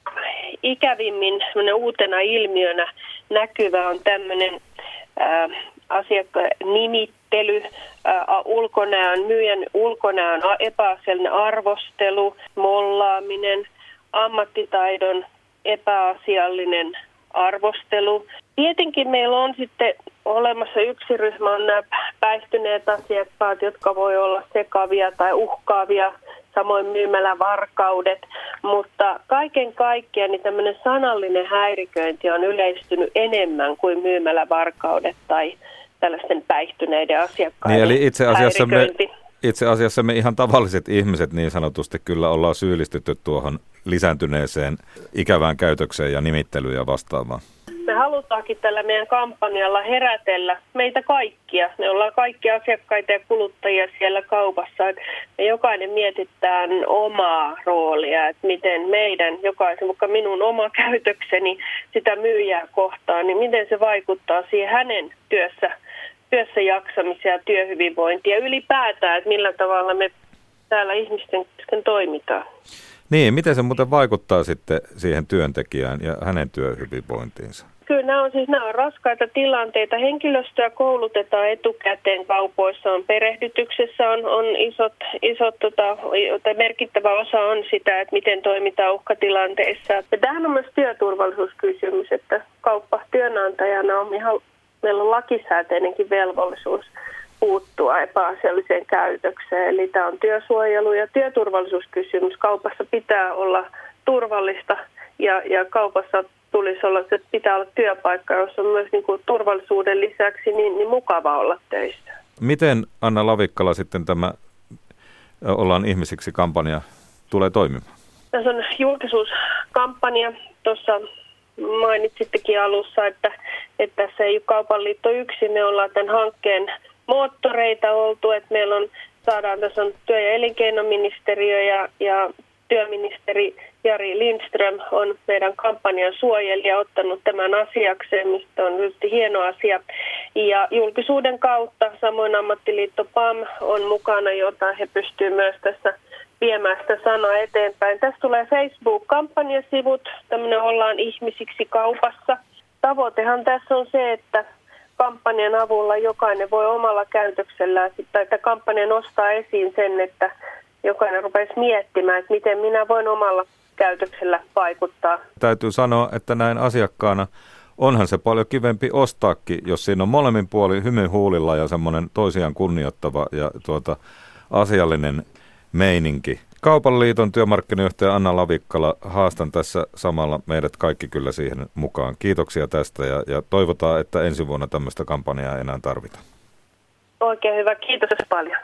ikävimmin uutena ilmiönä näkyvä on tämmöinen ää, asiakkaan nimittely, ää, ulkonäön, myyjän ulkonäön epäasiallinen arvostelu, mollaaminen, ammattitaidon epäasiallinen arvostelu. Tietenkin meillä on sitten olemassa yksi ryhmä, on nämä päihtyneet asiakkaat, jotka voi olla sekavia tai uhkaavia, samoin myymälävarkaudet, mutta kaiken kaikkiaan niin tämmöinen sanallinen häiriköinti on yleistynyt enemmän kuin myymälävarkaudet tai tällaisten päihtyneiden asiakkaiden niin, eli itse asiassa me, häiriköinti. itse asiassa me ihan tavalliset ihmiset niin sanotusti kyllä ollaan syyllistytty tuohon lisääntyneeseen ikävään käytökseen ja nimittelyyn ja vastaavaan. Me halutaankin tällä meidän kampanjalla herätellä meitä kaikkia. Me ollaan kaikki asiakkaita ja kuluttajia siellä kaupassa. Me jokainen mietitään omaa roolia, että miten meidän jokaisen, vaikka minun oma käytökseni sitä myyjää kohtaan, niin miten se vaikuttaa siihen hänen työssä, työssä jaksamiseen ja työhyvinvointiin. Ja ylipäätään, että millä tavalla me täällä ihmisten kesken toimitaan. Niin, miten se muuten vaikuttaa sitten siihen työntekijään ja hänen työhyvinvointiinsa? Kyllä nämä on, siis, nämä on raskaita tilanteita. Henkilöstöä koulutetaan etukäteen kaupoissa, on perehdytyksessä on, on isot, isot tota, tai merkittävä osa on sitä, että miten toimitaan uhkatilanteissa. Ja tämähän on myös työturvallisuuskysymys, että kauppa työnantajana on ihan, meillä on lakisääteinenkin velvollisuus puuttua epäasialliseen käytökseen. Eli tämä on työsuojelu ja työturvallisuuskysymys. Kaupassa pitää olla turvallista ja, ja kaupassa tulisi olla, että pitää olla työpaikka, jossa on myös niin kuin turvallisuuden lisäksi niin, niin mukava olla töissä. Miten, Anna Lavikkala, sitten tämä Ollaan ihmisiksi -kampanja tulee toimimaan? Tässä on julkisuuskampanja. Tuossa mainitsittekin alussa, että, että tässä ei ole Kaupan liitto yksin. Me ollaan tämän hankkeen moottoreita oltu, että meillä on, saadaan, tässä on työ- ja elinkeinoministeriö ja, ja työministeri Jari Lindström on meidän kampanjan suojelija ottanut tämän asiakseen, mistä on tietysti hieno asia. Ja julkisuuden kautta samoin ammattiliitto PAM on mukana, jota he pystyvät myös tässä viemään sitä sanaa eteenpäin. Tässä tulee Facebook-kampanjasivut, tämmöinen Ollaan ihmisiksi kaupassa. Tavoitehan tässä on se, että kampanjan avulla jokainen voi omalla käytöksellään, tai että kampanja nostaa esiin sen, että jokainen rupeaisi miettimään, että miten minä voin omalla käytöksellä vaikuttaa. Täytyy sanoa, että näin asiakkaana onhan se paljon kivempi ostaakin, jos siinä on molemmin puolin hymy huulilla ja semmoinen toisiaan kunnioittava ja tuota, asiallinen meininki. Kaupan liiton työmarkkinajohtaja Anna Lavikkala, haastan tässä samalla meidät kaikki kyllä siihen mukaan. Kiitoksia tästä ja, ja toivotaan, että ensi vuonna tämmöistä kampanjaa ei enää tarvita. Oikein hyvä, kiitos paljon.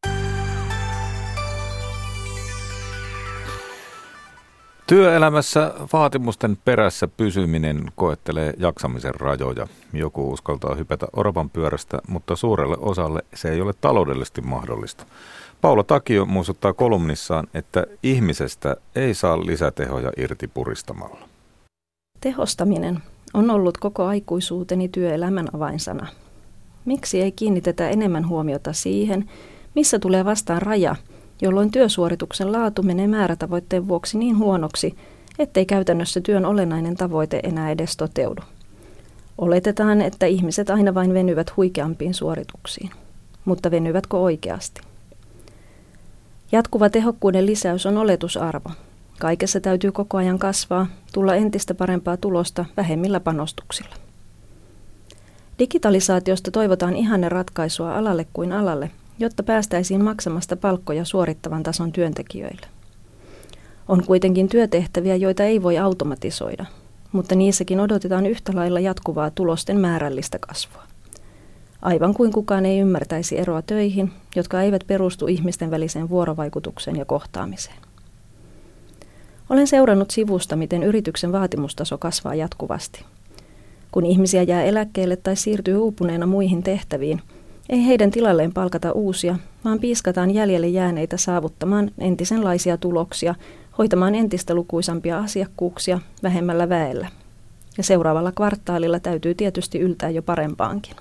Työelämässä vaatimusten perässä pysyminen koettelee jaksamisen rajoja. Joku uskaltaa hypätä oravan pyörästä, mutta suurelle osalle se ei ole taloudellisesti mahdollista. Paula Takio muistuttaa kolumnissaan, että ihmisestä ei saa lisätehoja irti puristamalla. Tehostaminen on ollut koko aikuisuuteni työelämän avainsana. Miksi ei kiinnitetä enemmän huomiota siihen, missä tulee vastaan raja, jolloin työsuorituksen laatu menee määrätavoitteen vuoksi niin huonoksi, ettei käytännössä työn olennainen tavoite enää edes toteudu. Oletetaan, että ihmiset aina vain venyvät huikeampiin suorituksiin. Mutta venyvätkö oikeasti? Jatkuva tehokkuuden lisäys on oletusarvo. Kaikessa täytyy koko ajan kasvaa, tulla entistä parempaa tulosta vähemmillä panostuksilla. Digitalisaatiosta toivotaan ihanne ratkaisua alalle kuin alalle, jotta päästäisiin maksamasta palkkoja suorittavan tason työntekijöille. On kuitenkin työtehtäviä, joita ei voi automatisoida, mutta niissäkin odotetaan yhtä lailla jatkuvaa tulosten määrällistä kasvua. Aivan kuin kukaan ei ymmärtäisi eroa töihin, jotka eivät perustu ihmisten väliseen vuorovaikutukseen ja kohtaamiseen. Olen seurannut sivusta, miten yrityksen vaatimustaso kasvaa jatkuvasti. Kun ihmisiä jää eläkkeelle tai siirtyy uupuneena muihin tehtäviin, ei heidän tilalleen palkata uusia, vaan piiskataan jäljelle jääneitä saavuttamaan entisenlaisia tuloksia, hoitamaan entistä lukuisampia asiakkuuksia vähemmällä väellä. Ja seuraavalla kvartaalilla täytyy tietysti yltää jo parempaankin.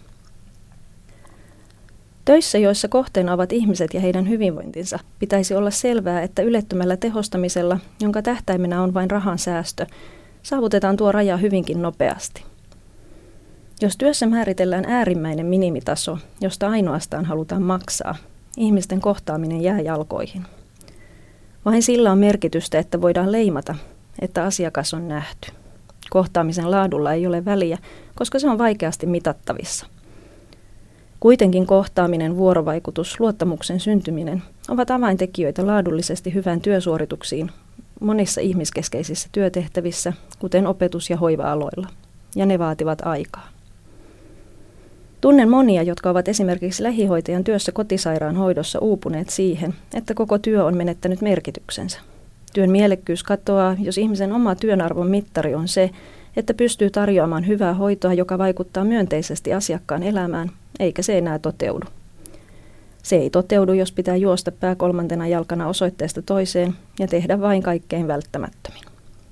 Töissä, joissa kohteena ovat ihmiset ja heidän hyvinvointinsa, pitäisi olla selvää, että ylettömällä tehostamisella, jonka tähtäimenä on vain rahan säästö, saavutetaan tuo raja hyvinkin nopeasti. Jos työssä määritellään äärimmäinen minimitaso, josta ainoastaan halutaan maksaa, ihmisten kohtaaminen jää jalkoihin. Vain sillä on merkitystä, että voidaan leimata, että asiakas on nähty. Kohtaamisen laadulla ei ole väliä, koska se on vaikeasti mitattavissa. Kuitenkin kohtaaminen, vuorovaikutus, luottamuksen syntyminen ovat avaintekijöitä laadullisesti hyvään työsuorituksiin monissa ihmiskeskeisissä työtehtävissä, kuten opetus- ja hoiva-aloilla, ja ne vaativat aikaa. Tunnen monia, jotka ovat esimerkiksi lähihoitajan työssä kotisairaanhoidossa uupuneet siihen, että koko työ on menettänyt merkityksensä. Työn mielekkyys katoaa, jos ihmisen oma työnarvon mittari on se, että pystyy tarjoamaan hyvää hoitoa, joka vaikuttaa myönteisesti asiakkaan elämään, eikä se enää toteudu. Se ei toteudu, jos pitää juosta pää kolmantena jalkana osoitteesta toiseen ja tehdä vain kaikkein välttämättömin.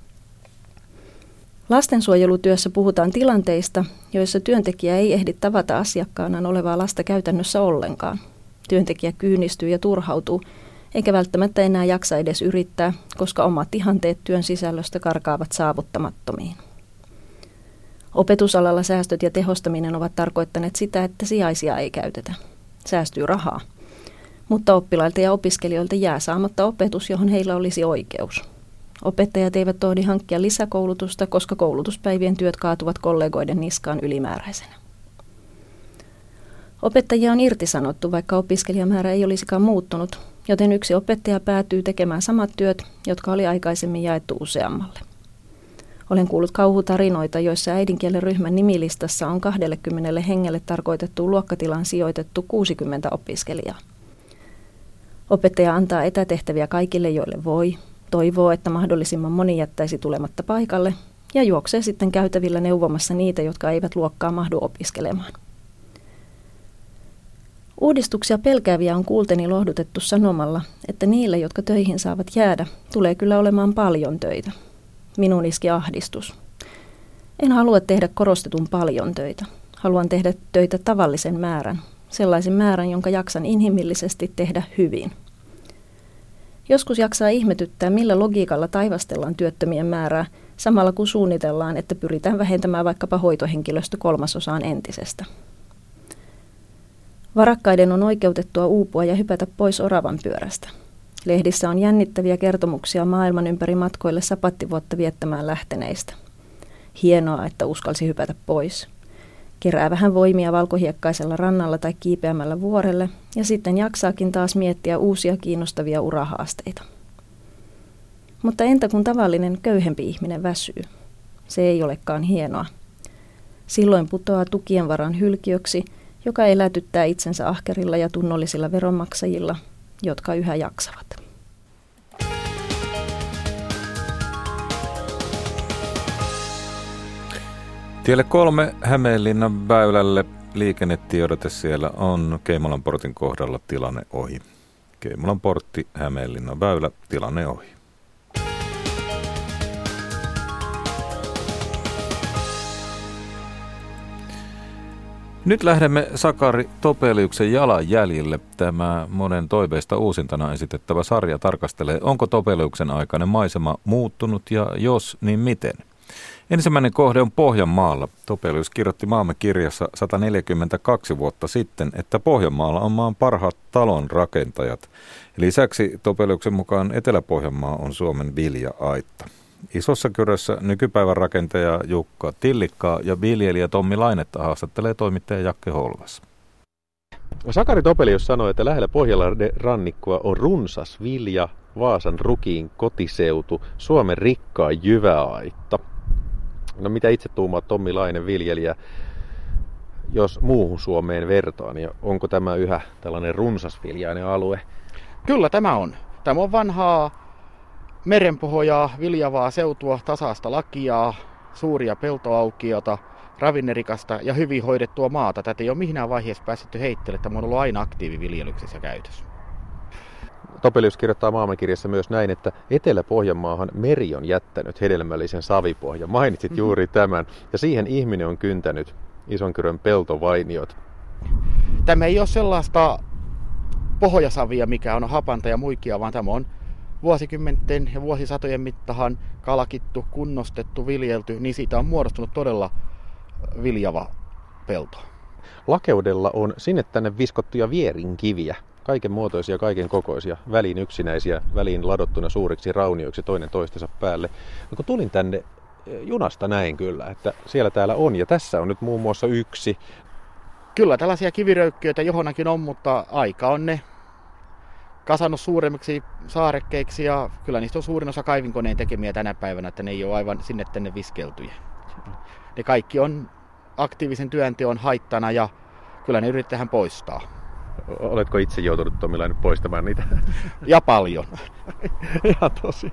Lastensuojelutyössä puhutaan tilanteista, joissa työntekijä ei ehdi tavata asiakkaanaan olevaa lasta käytännössä ollenkaan. Työntekijä kyynistyy ja turhautuu, eikä välttämättä enää jaksa edes yrittää, koska omat ihanteet työn sisällöstä karkaavat saavuttamattomiin. Opetusalalla säästöt ja tehostaminen ovat tarkoittaneet sitä, että sijaisia ei käytetä. Säästyy rahaa, mutta oppilailta ja opiskelijoilta jää saamatta opetus, johon heillä olisi oikeus. Opettajat eivät tohdi hankkia lisäkoulutusta, koska koulutuspäivien työt kaatuvat kollegoiden niskaan ylimääräisenä. Opettajia on irtisanottu, vaikka opiskelijamäärä ei olisikaan muuttunut, joten yksi opettaja päätyy tekemään samat työt, jotka oli aikaisemmin jaettu useammalle. Olen kuullut kauhutarinoita, joissa äidinkielen ryhmän nimilistassa on kaksikymmentä hengelle tarkoitettuun luokkatilaan sijoitettu kuusikymmentä opiskelijaa. Opettaja antaa etätehtäviä kaikille, joille voi, toivoo, että mahdollisimman moni jättäisi tulematta paikalle ja juoksee sitten käytävillä neuvomassa niitä, jotka eivät luokkaa mahdu opiskelemaan. Uudistuksia pelkääviä on kuulteni lohdutettu sanomalla, että niille, jotka töihin saavat jäädä, tulee kyllä olemaan paljon töitä. Minun iski ahdistus. En halua tehdä korostetun paljon töitä. Haluan tehdä töitä tavallisen määrän, sellaisen määrän, jonka jaksan inhimillisesti tehdä hyvin. Joskus jaksaa ihmetyttää, millä logiikalla taivastellaan työttömien määrää, samalla kun suunnitellaan, että pyritään vähentämään vaikkapa hoitohenkilöstö kolmasosaan entisestä. Varakkaiden on oikeutettua uupua ja hypätä pois oravan pyörästä. Lehdissä on jännittäviä kertomuksia maailman ympäri matkoille sapattivuotta viettämään lähteneistä. Hienoa, että uskalsi hypätä pois. Kerää vähän voimia valkohiekkaisella rannalla tai kiipeämällä vuorelle ja sitten jaksaakin taas miettiä uusia kiinnostavia urahaasteita. Mutta entä kun tavallinen köyhempi ihminen väsyy? Se ei olekaan hienoa. Silloin putoaa tukien varan hylkiöksi, joka elätyttää itsensä ahkerilla ja tunnollisilla veronmaksajilla, jotka yhä jaksavat. Tielle kolme Hämeenlinnan väylälle liikennetiedote siellä on Keimolan portin kohdalla tilanne ohi. Keimolan portti, Hämeenlinnan väylä, tilanne ohi. Nyt lähdemme Sakari Topeliuksen jalanjäljille. Tämä monen toiveista uusintana esitettävä sarja tarkastelee, onko Topeliuksen aikainen maisema muuttunut ja jos, niin miten. Ensimmäinen kohde on Pohjanmaalla. Topelius kirjoitti Maamme kirjassa sata neljäkymmentäkaksi vuotta sitten, että Pohjanmaalla on maan parhaat talonrakentajat. Lisäksi Topeliuksen mukaan Etelä-Pohjanmaa on Suomen vilja-aitta. Isossa Kyrössä nykypäivän rakentaja Jukka Tillikkaa ja viljelijä Tommi Lainetta haastattelee toimittaja Jakke Holvas. Sakari Topelius sanoi, että lähellä Pohjanlahden rannikkoa on runsas vilja, Vaasan Rukiin kotiseutu, Suomen rikkain jyväaitta. No mitä itse tuumaa Tommi Laine viljelijä, jos muuhun Suomeen vertaa, niin onko tämä yhä tällainen runsasviljainen alue? Kyllä tämä on. Tämä on vanhaa merenpohjaa, viljavaa seutua, tasaista lakiaa, suuria peltoaukiota, ravinnerikasta ja hyvin hoidettua maata. Tätä ei ole mihinään vaiheessa päästetty heittele. Tämä on ollut aina aktiiviviljelyksessä ja käytössä. Topelius kirjoittaa Maamme kirjassa myös näin, että Etelä-Pohjanmaahan meri on jättänyt hedelmällisen savipohjan. Mainitsit juuri tämän. Ja siihen ihminen on kyntänyt Isonkyrön peltovainiot. Tämä ei ole sellaista pohjasavia, mikä on hapanta ja muikia, vaan tämä on vuosikymmenten ja vuosisatojen mittahan kalkittu, kunnostettu, viljelty, niin siitä on muodostunut todella viljava pelto. Lakeudella on sinne tänne viskottuja vierinkiviä. Kaiken muotoisia, kaiken kokoisia, väliin yksinäisiä, väliin ladottuna suuriksi raunioiksi toinen toistensa päälle. No kun tulin tänne junasta näin kyllä, että siellä täällä on ja tässä on nyt muun muassa yksi. Kyllä tällaisia kiviröykkiöitä johonkin on, mutta aika on ne kasannut suuremmiksi saarekkeiksi ja kyllä niistä on suurin osa kaivinkoneen tekemiä tänä päivänä, että ne ei ole aivan sinne tänne viskeltyjä. Ne kaikki on aktiivisen työnteon haittana ja kyllä ne yritetään poistaa. Oletko itse joutunut Tommi Laine poistamaan niitä? Ja paljon. Ihan tosi.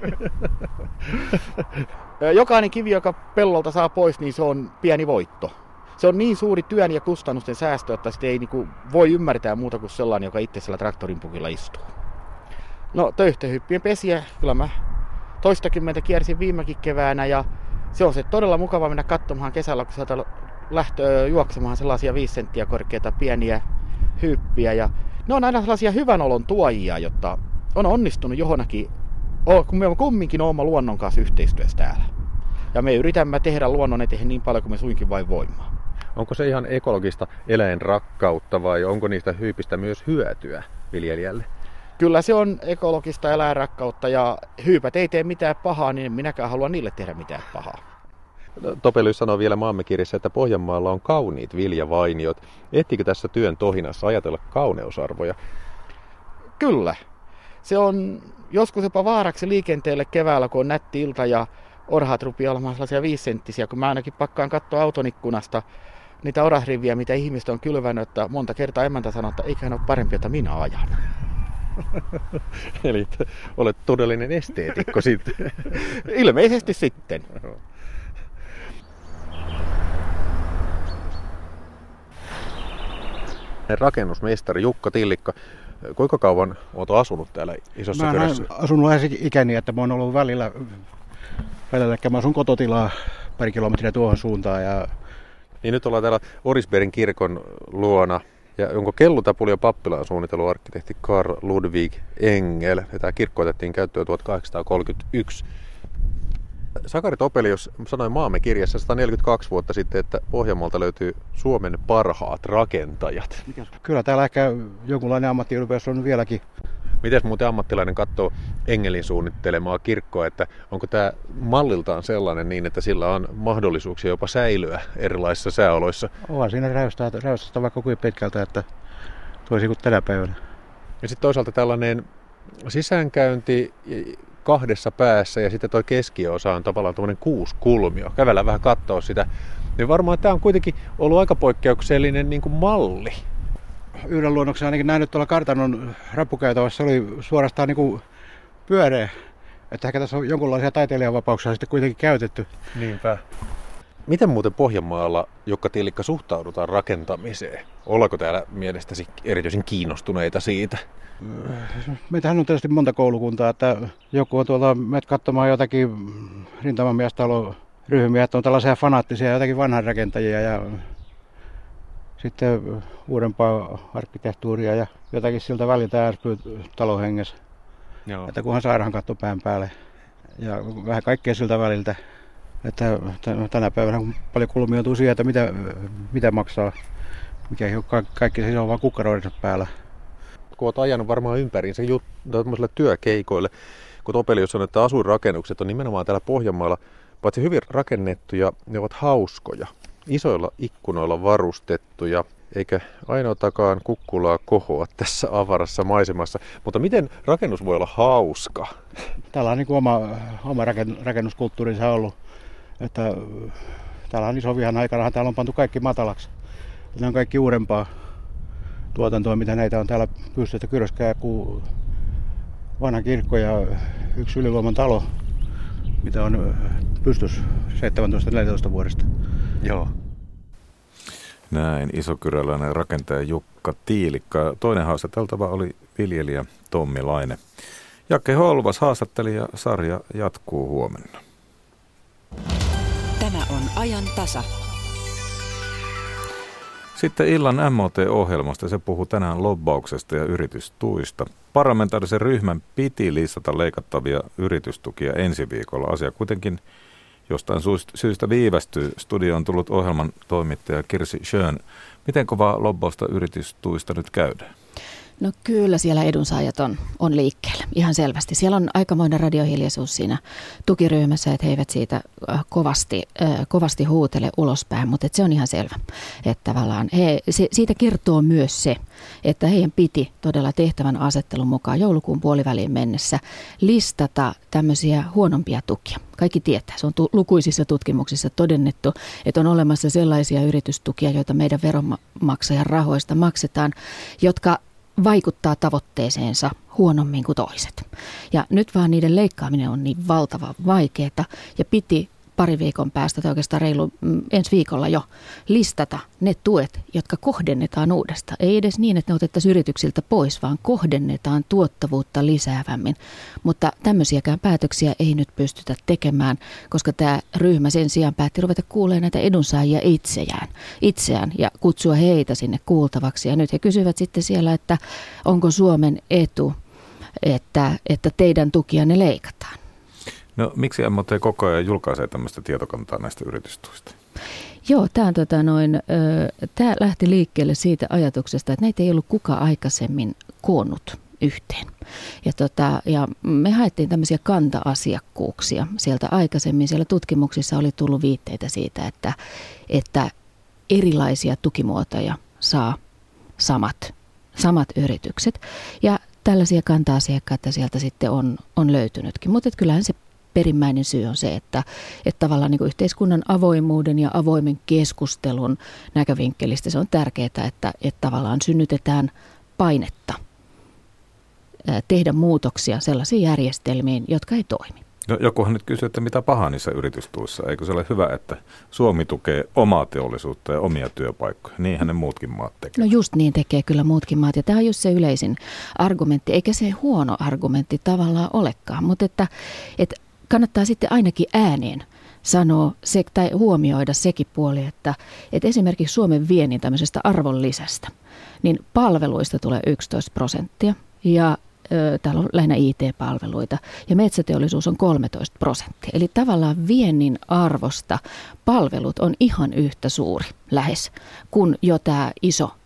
Jokainen kivi, joka pellolta saa pois, niin se on pieni voitto. Se on niin suuri työn ja kustannusten säästö, että sitä ei niinku voi ymmärtää muuta kuin sellainen, joka itse siellä traktorin pukilla istuu. No töyhtöhyppien pesiä, kyllä mä toistakymmentä kiersin viimekin keväänä ja se on se todella mukava mennä katsomaan kesällä, kun sieltä lähtee juoksemaan sellaisia viisi senttiä korkeita pieniä hyppiä. Ja ne on aina sellaisia hyvän olon tuojia, jotta on onnistunut johonkin, kun me kumminkin olemme luonnon kanssa yhteistyössä täällä. Ja me yritämme tehdä luonnon eteen niin paljon kuin me suinkin vain voimaa. Onko se ihan ekologista eläinrakkautta vai onko niistä hyypistä myös hyötyä viljelijälle? Kyllä se on ekologista eläinrakkautta ja hyypät ei tee mitään pahaa, niin minäkään halua niille tehdä mitään pahaa. Topelius sanoo vielä Maamme kirjassa, että Pohjanmaalla on kauniit viljavainiot. Ehtikö tässä työn tohinassa ajatella kauneusarvoja? Kyllä. Se on joskus jopa vaaraksi liikenteelle keväällä, kun on nätti ilta ja orhat rupeaa olemaan sellaisia viisisenttisiä, kun mä ainakin pakkaan katsoa auton ikkunasta niitä orahriviä, mitä ihmiset on kylvänyt, että monta kertaa emäntä sanoo, että eiköhän ole parempi, että minä ajan. Eli olet todellinen esteetikko sitten. Ilmeisesti sitten. Rakennusmestari Jukka Tillikka, kuinka kauan olet asunut täällä Isossa Kyrössä? Mä olen asunut lähes ikäni, että mä oon ollut välillä, välillä mä asun kototilaa pari kilometriä tuohon suuntaan. Ja... Niin nyt ollaan täällä Orisbergin kirkon luona. Ja onko Kellutapuli ja pappilaan suunnitellut arkkitehti Carl Ludwig Engel. Ja tämä kirkko otettiin käyttöön tuhatkahdeksansataakolmekymmentäyksi. Sakari Topelius sanoi Maamme kirjassa sata neljäkymmentäkaksi vuotta sitten, että Pohjanmaalta löytyy Suomen parhaat rakentajat. Kyllä täällä ehkä jonkunlainen ammattiylpeys on vieläkin. Mites muuten ammattilainen katsoo Engelin suunnittelemaa kirkkoa, että onko tämä malliltaan sellainen niin, että sillä on mahdollisuuksia jopa säilyä erilaisissa sääoloissa? Onhan siinä räystää, räystästä vaikka kuinka pitkältä, että toisin kuin tänä päivänä. Ja sitten toisaalta tällainen sisäänkäynti kahdessa päässä ja sitten tuo keskiosa on tavallaan tuommoinen kuuskulmio. Kävellään vähän katsoa sitä. Niin varmaan tämä on kuitenkin ollut aika poikkeuksellinen niin kuin malli. Yhden luonnoksen ainakin näin nyt tuolla kartanon rappukäytävässä oli suorastaan niin kuin pyöreä. Että ehkä tässä on jonkunlaisia taiteilijavapauksia sitten kuitenkin käytetty. Niinpä. Miten muuten Pohjanmaalla, Jukka Tiilikka, suhtaudutaan rakentamiseen? Ollaanko täällä mielestäsi erityisen kiinnostuneita siitä? Meitähän on tietysti monta koulukuntaa, että joku on tuolta menet katsomaan jotakin rintamamiestaloryhmiä, että on tällaisia fanaattisia jotakin vanhanrakentajia ja sitten uudempaa arkkitehtuuria ja jotakin siltä väliltä ärsyy talohengessä. Joo. Että kunhan saadaan katto pään päälle ja vähän kaikkea siltä väliltä. Että tänä päivänä paljon kulmioituu siihen, että mitä, mitä maksaa, mikä ei ole kaikki, se on vaan kukkaroidensa päällä. Kun olet ajanut varmaan ympäriinsä tämmöisille työkeikoille, kun Topelius on, että asuinrakennukset on nimenomaan täällä Pohjanmaalla paitsi hyvin rakennettuja, ne ovat hauskoja, isoilla ikkunoilla varustettuja, eikä ainoatakaan kukkulaa kohoa tässä avarassa maisemassa. Mutta miten rakennus voi olla hauska? Täällä on niin kuin oma, oma rakennuskulttuurinsa ollut. Että täällä on iso vihan aikana, täällä on pantu kaikki matalaksi. Ne on kaikki uudempaa tuotantoa, mitä näitä on täällä pystyssä. Kyröskää kuin vanha kirkko ja yksi yliluoman talo, mitä on pystys seitsemäntoista neljätoista vuodesta. Joo. Näin isokyröläinen rakentaja Jukka Tiilikka. Toinen haastateltava oli viljelijä Tommi Laine. Jakke Holvas haastatteli ja sarja jatkuu huomenna. Tämä on ajan tasa. Sitten illan M O T-ohjelmasta. Se puhuu tänään lobbauksesta ja yritystuista. Parlamentaarisen ryhmän piti listata leikattavia yritystukia ensi viikolla. Asia kuitenkin jostain syystä viivästyy. Studioon on tullut ohjelman toimittaja Kirsi Schön. Miten kovaa lobbausta yritystuista nyt käydään? No kyllä siellä edunsaajat on, on liikkeellä, ihan selvästi. Siellä on aikamoinen radiohiljaisuus siinä tukiryhmässä, että he eivät siitä kovasti, äh, kovasti huutele ulospäin, mutta se on ihan selvä. Että tavallaan he, se, siitä kertoo myös se, että heidän piti todella tehtävän asettelun mukaan joulukuun puoliväliin mennessä listata tämmöisiä huonompia tukia. Kaikki tietää, se on tu- lukuisissa tutkimuksissa todennettu, että on olemassa sellaisia yritystukia, joita meidän veronmaksajan rahoista maksetaan, jotka vaikuttaa tavoitteeseensa huonommin kuin toiset. Ja nyt vaan niiden leikkaaminen on niin valtavan vaikeaa ja piti pari viikon päästä tai oikeastaan reilu mm, ensi viikolla jo listata ne tuet, jotka kohdennetaan uudestaan. Ei edes niin, että ne otettaisiin yrityksiltä pois, vaan kohdennetaan tuottavuutta lisäävämmin. Mutta tämmöisiäkään päätöksiä ei nyt pystytä tekemään, koska tämä ryhmä sen sijaan päätti ruveta kuulemaan näitä edunsaajia itseään, itseään ja kutsua heitä sinne kuultavaksi. Ja nyt he kysyvät sitten siellä, että onko Suomen etu, että, että teidän tukianne leikataan. No miksi M O T koko ajan julkaisee tämmöistä tietokantaa näistä yritystuista? Joo, tämä tota lähti liikkeelle siitä ajatuksesta, että näitä ei ollut kukaan aikaisemmin koonnut yhteen. Ja, tota, ja me haettiin tämmöisiä kanta-asiakkuuksia sieltä aikaisemmin. Siellä tutkimuksissa oli tullut viitteitä siitä, että, että erilaisia tukimuotoja saa samat, samat yritykset. Ja tällaisia kanta-asiakkaita sieltä sitten on, on löytynytkin, mutta kyllähän se perimmäinen syy on se, että, että tavallaan niin kuin yhteiskunnan avoimuuden ja avoimen keskustelun näkövinkkelistä se on tärkeää, että, että tavallaan synnytetään painetta tehdä muutoksia sellaisiin järjestelmiin, jotka ei toimi. No, jokuhan nyt kysyy, että mitä pahaa niissä yritystuissa. Eikö se ole hyvä, että Suomi tukee omaa teollisuutta ja omia työpaikkoja? Niinhän ne muutkin maat tekevät. No just niin tekee kyllä muutkin maat. Ja tämä on just se yleisin argumentti, eikä se huono argumentti tavallaan olekaan. Mutta että, että kannattaa sitten ainakin ääneen sanoa se, tai huomioida sekin puoli, että, että esimerkiksi Suomen viennin tämmöisestä arvonlisästä, niin palveluista tulee yksitoista prosenttia ja täällä on lähinnä I T-palveluita ja metsäteollisuus on kolmetoista prosenttia. Eli tavallaan viennin arvosta palvelut on ihan yhtä suuri lähes kuin jo tämä iso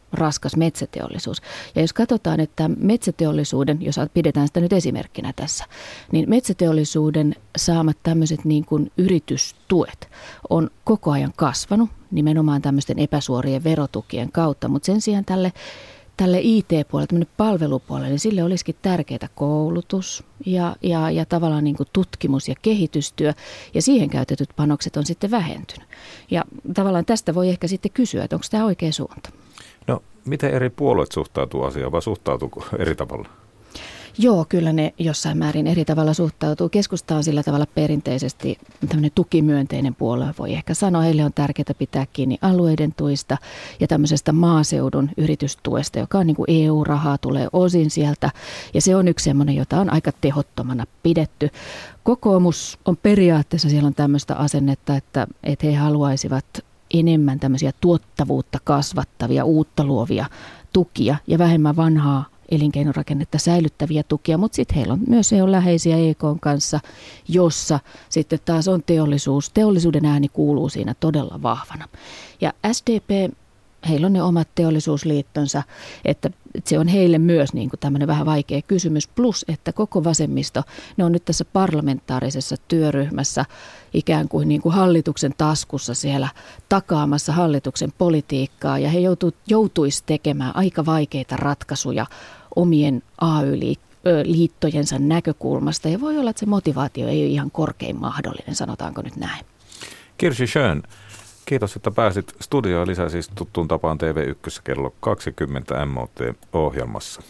raskas metsäteollisuus. Ja jos katsotaan, että metsäteollisuuden, jos pidetään sitä nyt esimerkkinä tässä, niin metsäteollisuuden saamat tämmöiset niin kuin yritystuet on koko ajan kasvanut nimenomaan tämmöisten epäsuorien verotukien kautta, mutta sen sijaan tälle Tälle I T-puolelle, tämmöinen palvelupuolelle, niin sille olisikin tärkeää koulutus ja, ja, ja tavallaan niin kuin tutkimus ja kehitystyö, ja siihen käytetyt panokset on sitten vähentynyt. Ja tavallaan tästä voi ehkä sitten kysyä, että onko tämä oikea suunta? No, miten eri puolueet suhtautuu asiaan, vai suhtautuuko eri tavalla? Joo, kyllä ne jossain määrin eri tavalla suhtautuu. Keskusta on sillä tavalla perinteisesti tämmöinen tukimyönteinen puolue, voi ehkä sanoa. Heille on tärkeää pitää kiinni alueiden tuista ja tämmöisestä maaseudun yritystuesta, joka on niin kuin E U-rahaa, tulee osin sieltä. Ja se on yksi semmoinen, jota on aika tehottomana pidetty. Kokoomus on periaatteessa, siellä on tämmöistä asennetta, että, että he haluaisivat enemmän tämmöisiä tuottavuutta kasvattavia, uutta luovia tukia ja vähemmän vanhaa elinkeinorakennetta säilyttäviä tukia, mutta sitten heillä on myös he on läheisiä E K:n kanssa, jossa sitten taas on teollisuus. Teollisuuden ääni kuuluu siinä todella vahvana. Ja S D P, heillä on ne omat teollisuusliittonsa, että se on heille myös niin kuin tämmöinen vähän vaikea kysymys. Plus, että koko vasemmisto, ne on nyt tässä parlamentaarisessa työryhmässä ikään kuin, niin kuin hallituksen taskussa siellä takaamassa hallituksen politiikkaa. Ja he joutu, joutuisi tekemään aika vaikeita ratkaisuja omien A Y-liittojensa näkökulmasta. Ja voi olla, että se motivaatio ei ole ihan korkein mahdollinen, sanotaanko nyt näin. Kirsi Schön, kiitos, että pääsit studioon. Lisää siis tuttuun tapaan T V yksi kello kaksikymmentä M O T-ohjelmassa.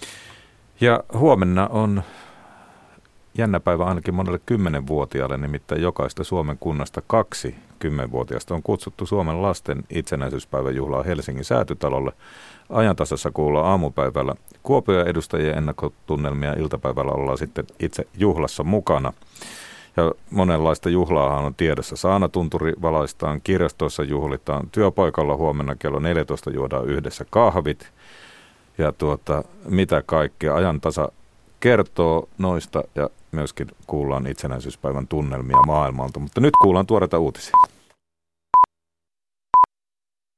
Ja huomenna on jännä päivä ainakin monelle kymmenvuotiaalle, nimittäin jokaista Suomen kunnasta kaksi kymmenvuotiaasta on kutsuttu Suomen lasten itsenäisyyspäivän juhlaa Helsingin Säätytalolle. Ajantasassa kuullaan aamupäivällä Kuopion edustajien ennakkotunnelmia, iltapäivällä ollaan sitten itse juhlassa mukana. Ja monenlaista juhlaahan on tiedossa. Saanatunturi valaistaan, kirjastoissa juhlitaan, työpaikalla huomenna kello neljätoista juodaan yhdessä kahvit. Ja tuota, mitä kaikkea Ajantasa kertoo noista ja myöskin kuullaan itsenäisyyspäivän tunnelmia maailmalta. Mutta nyt kuullaan tuoreita uutisia.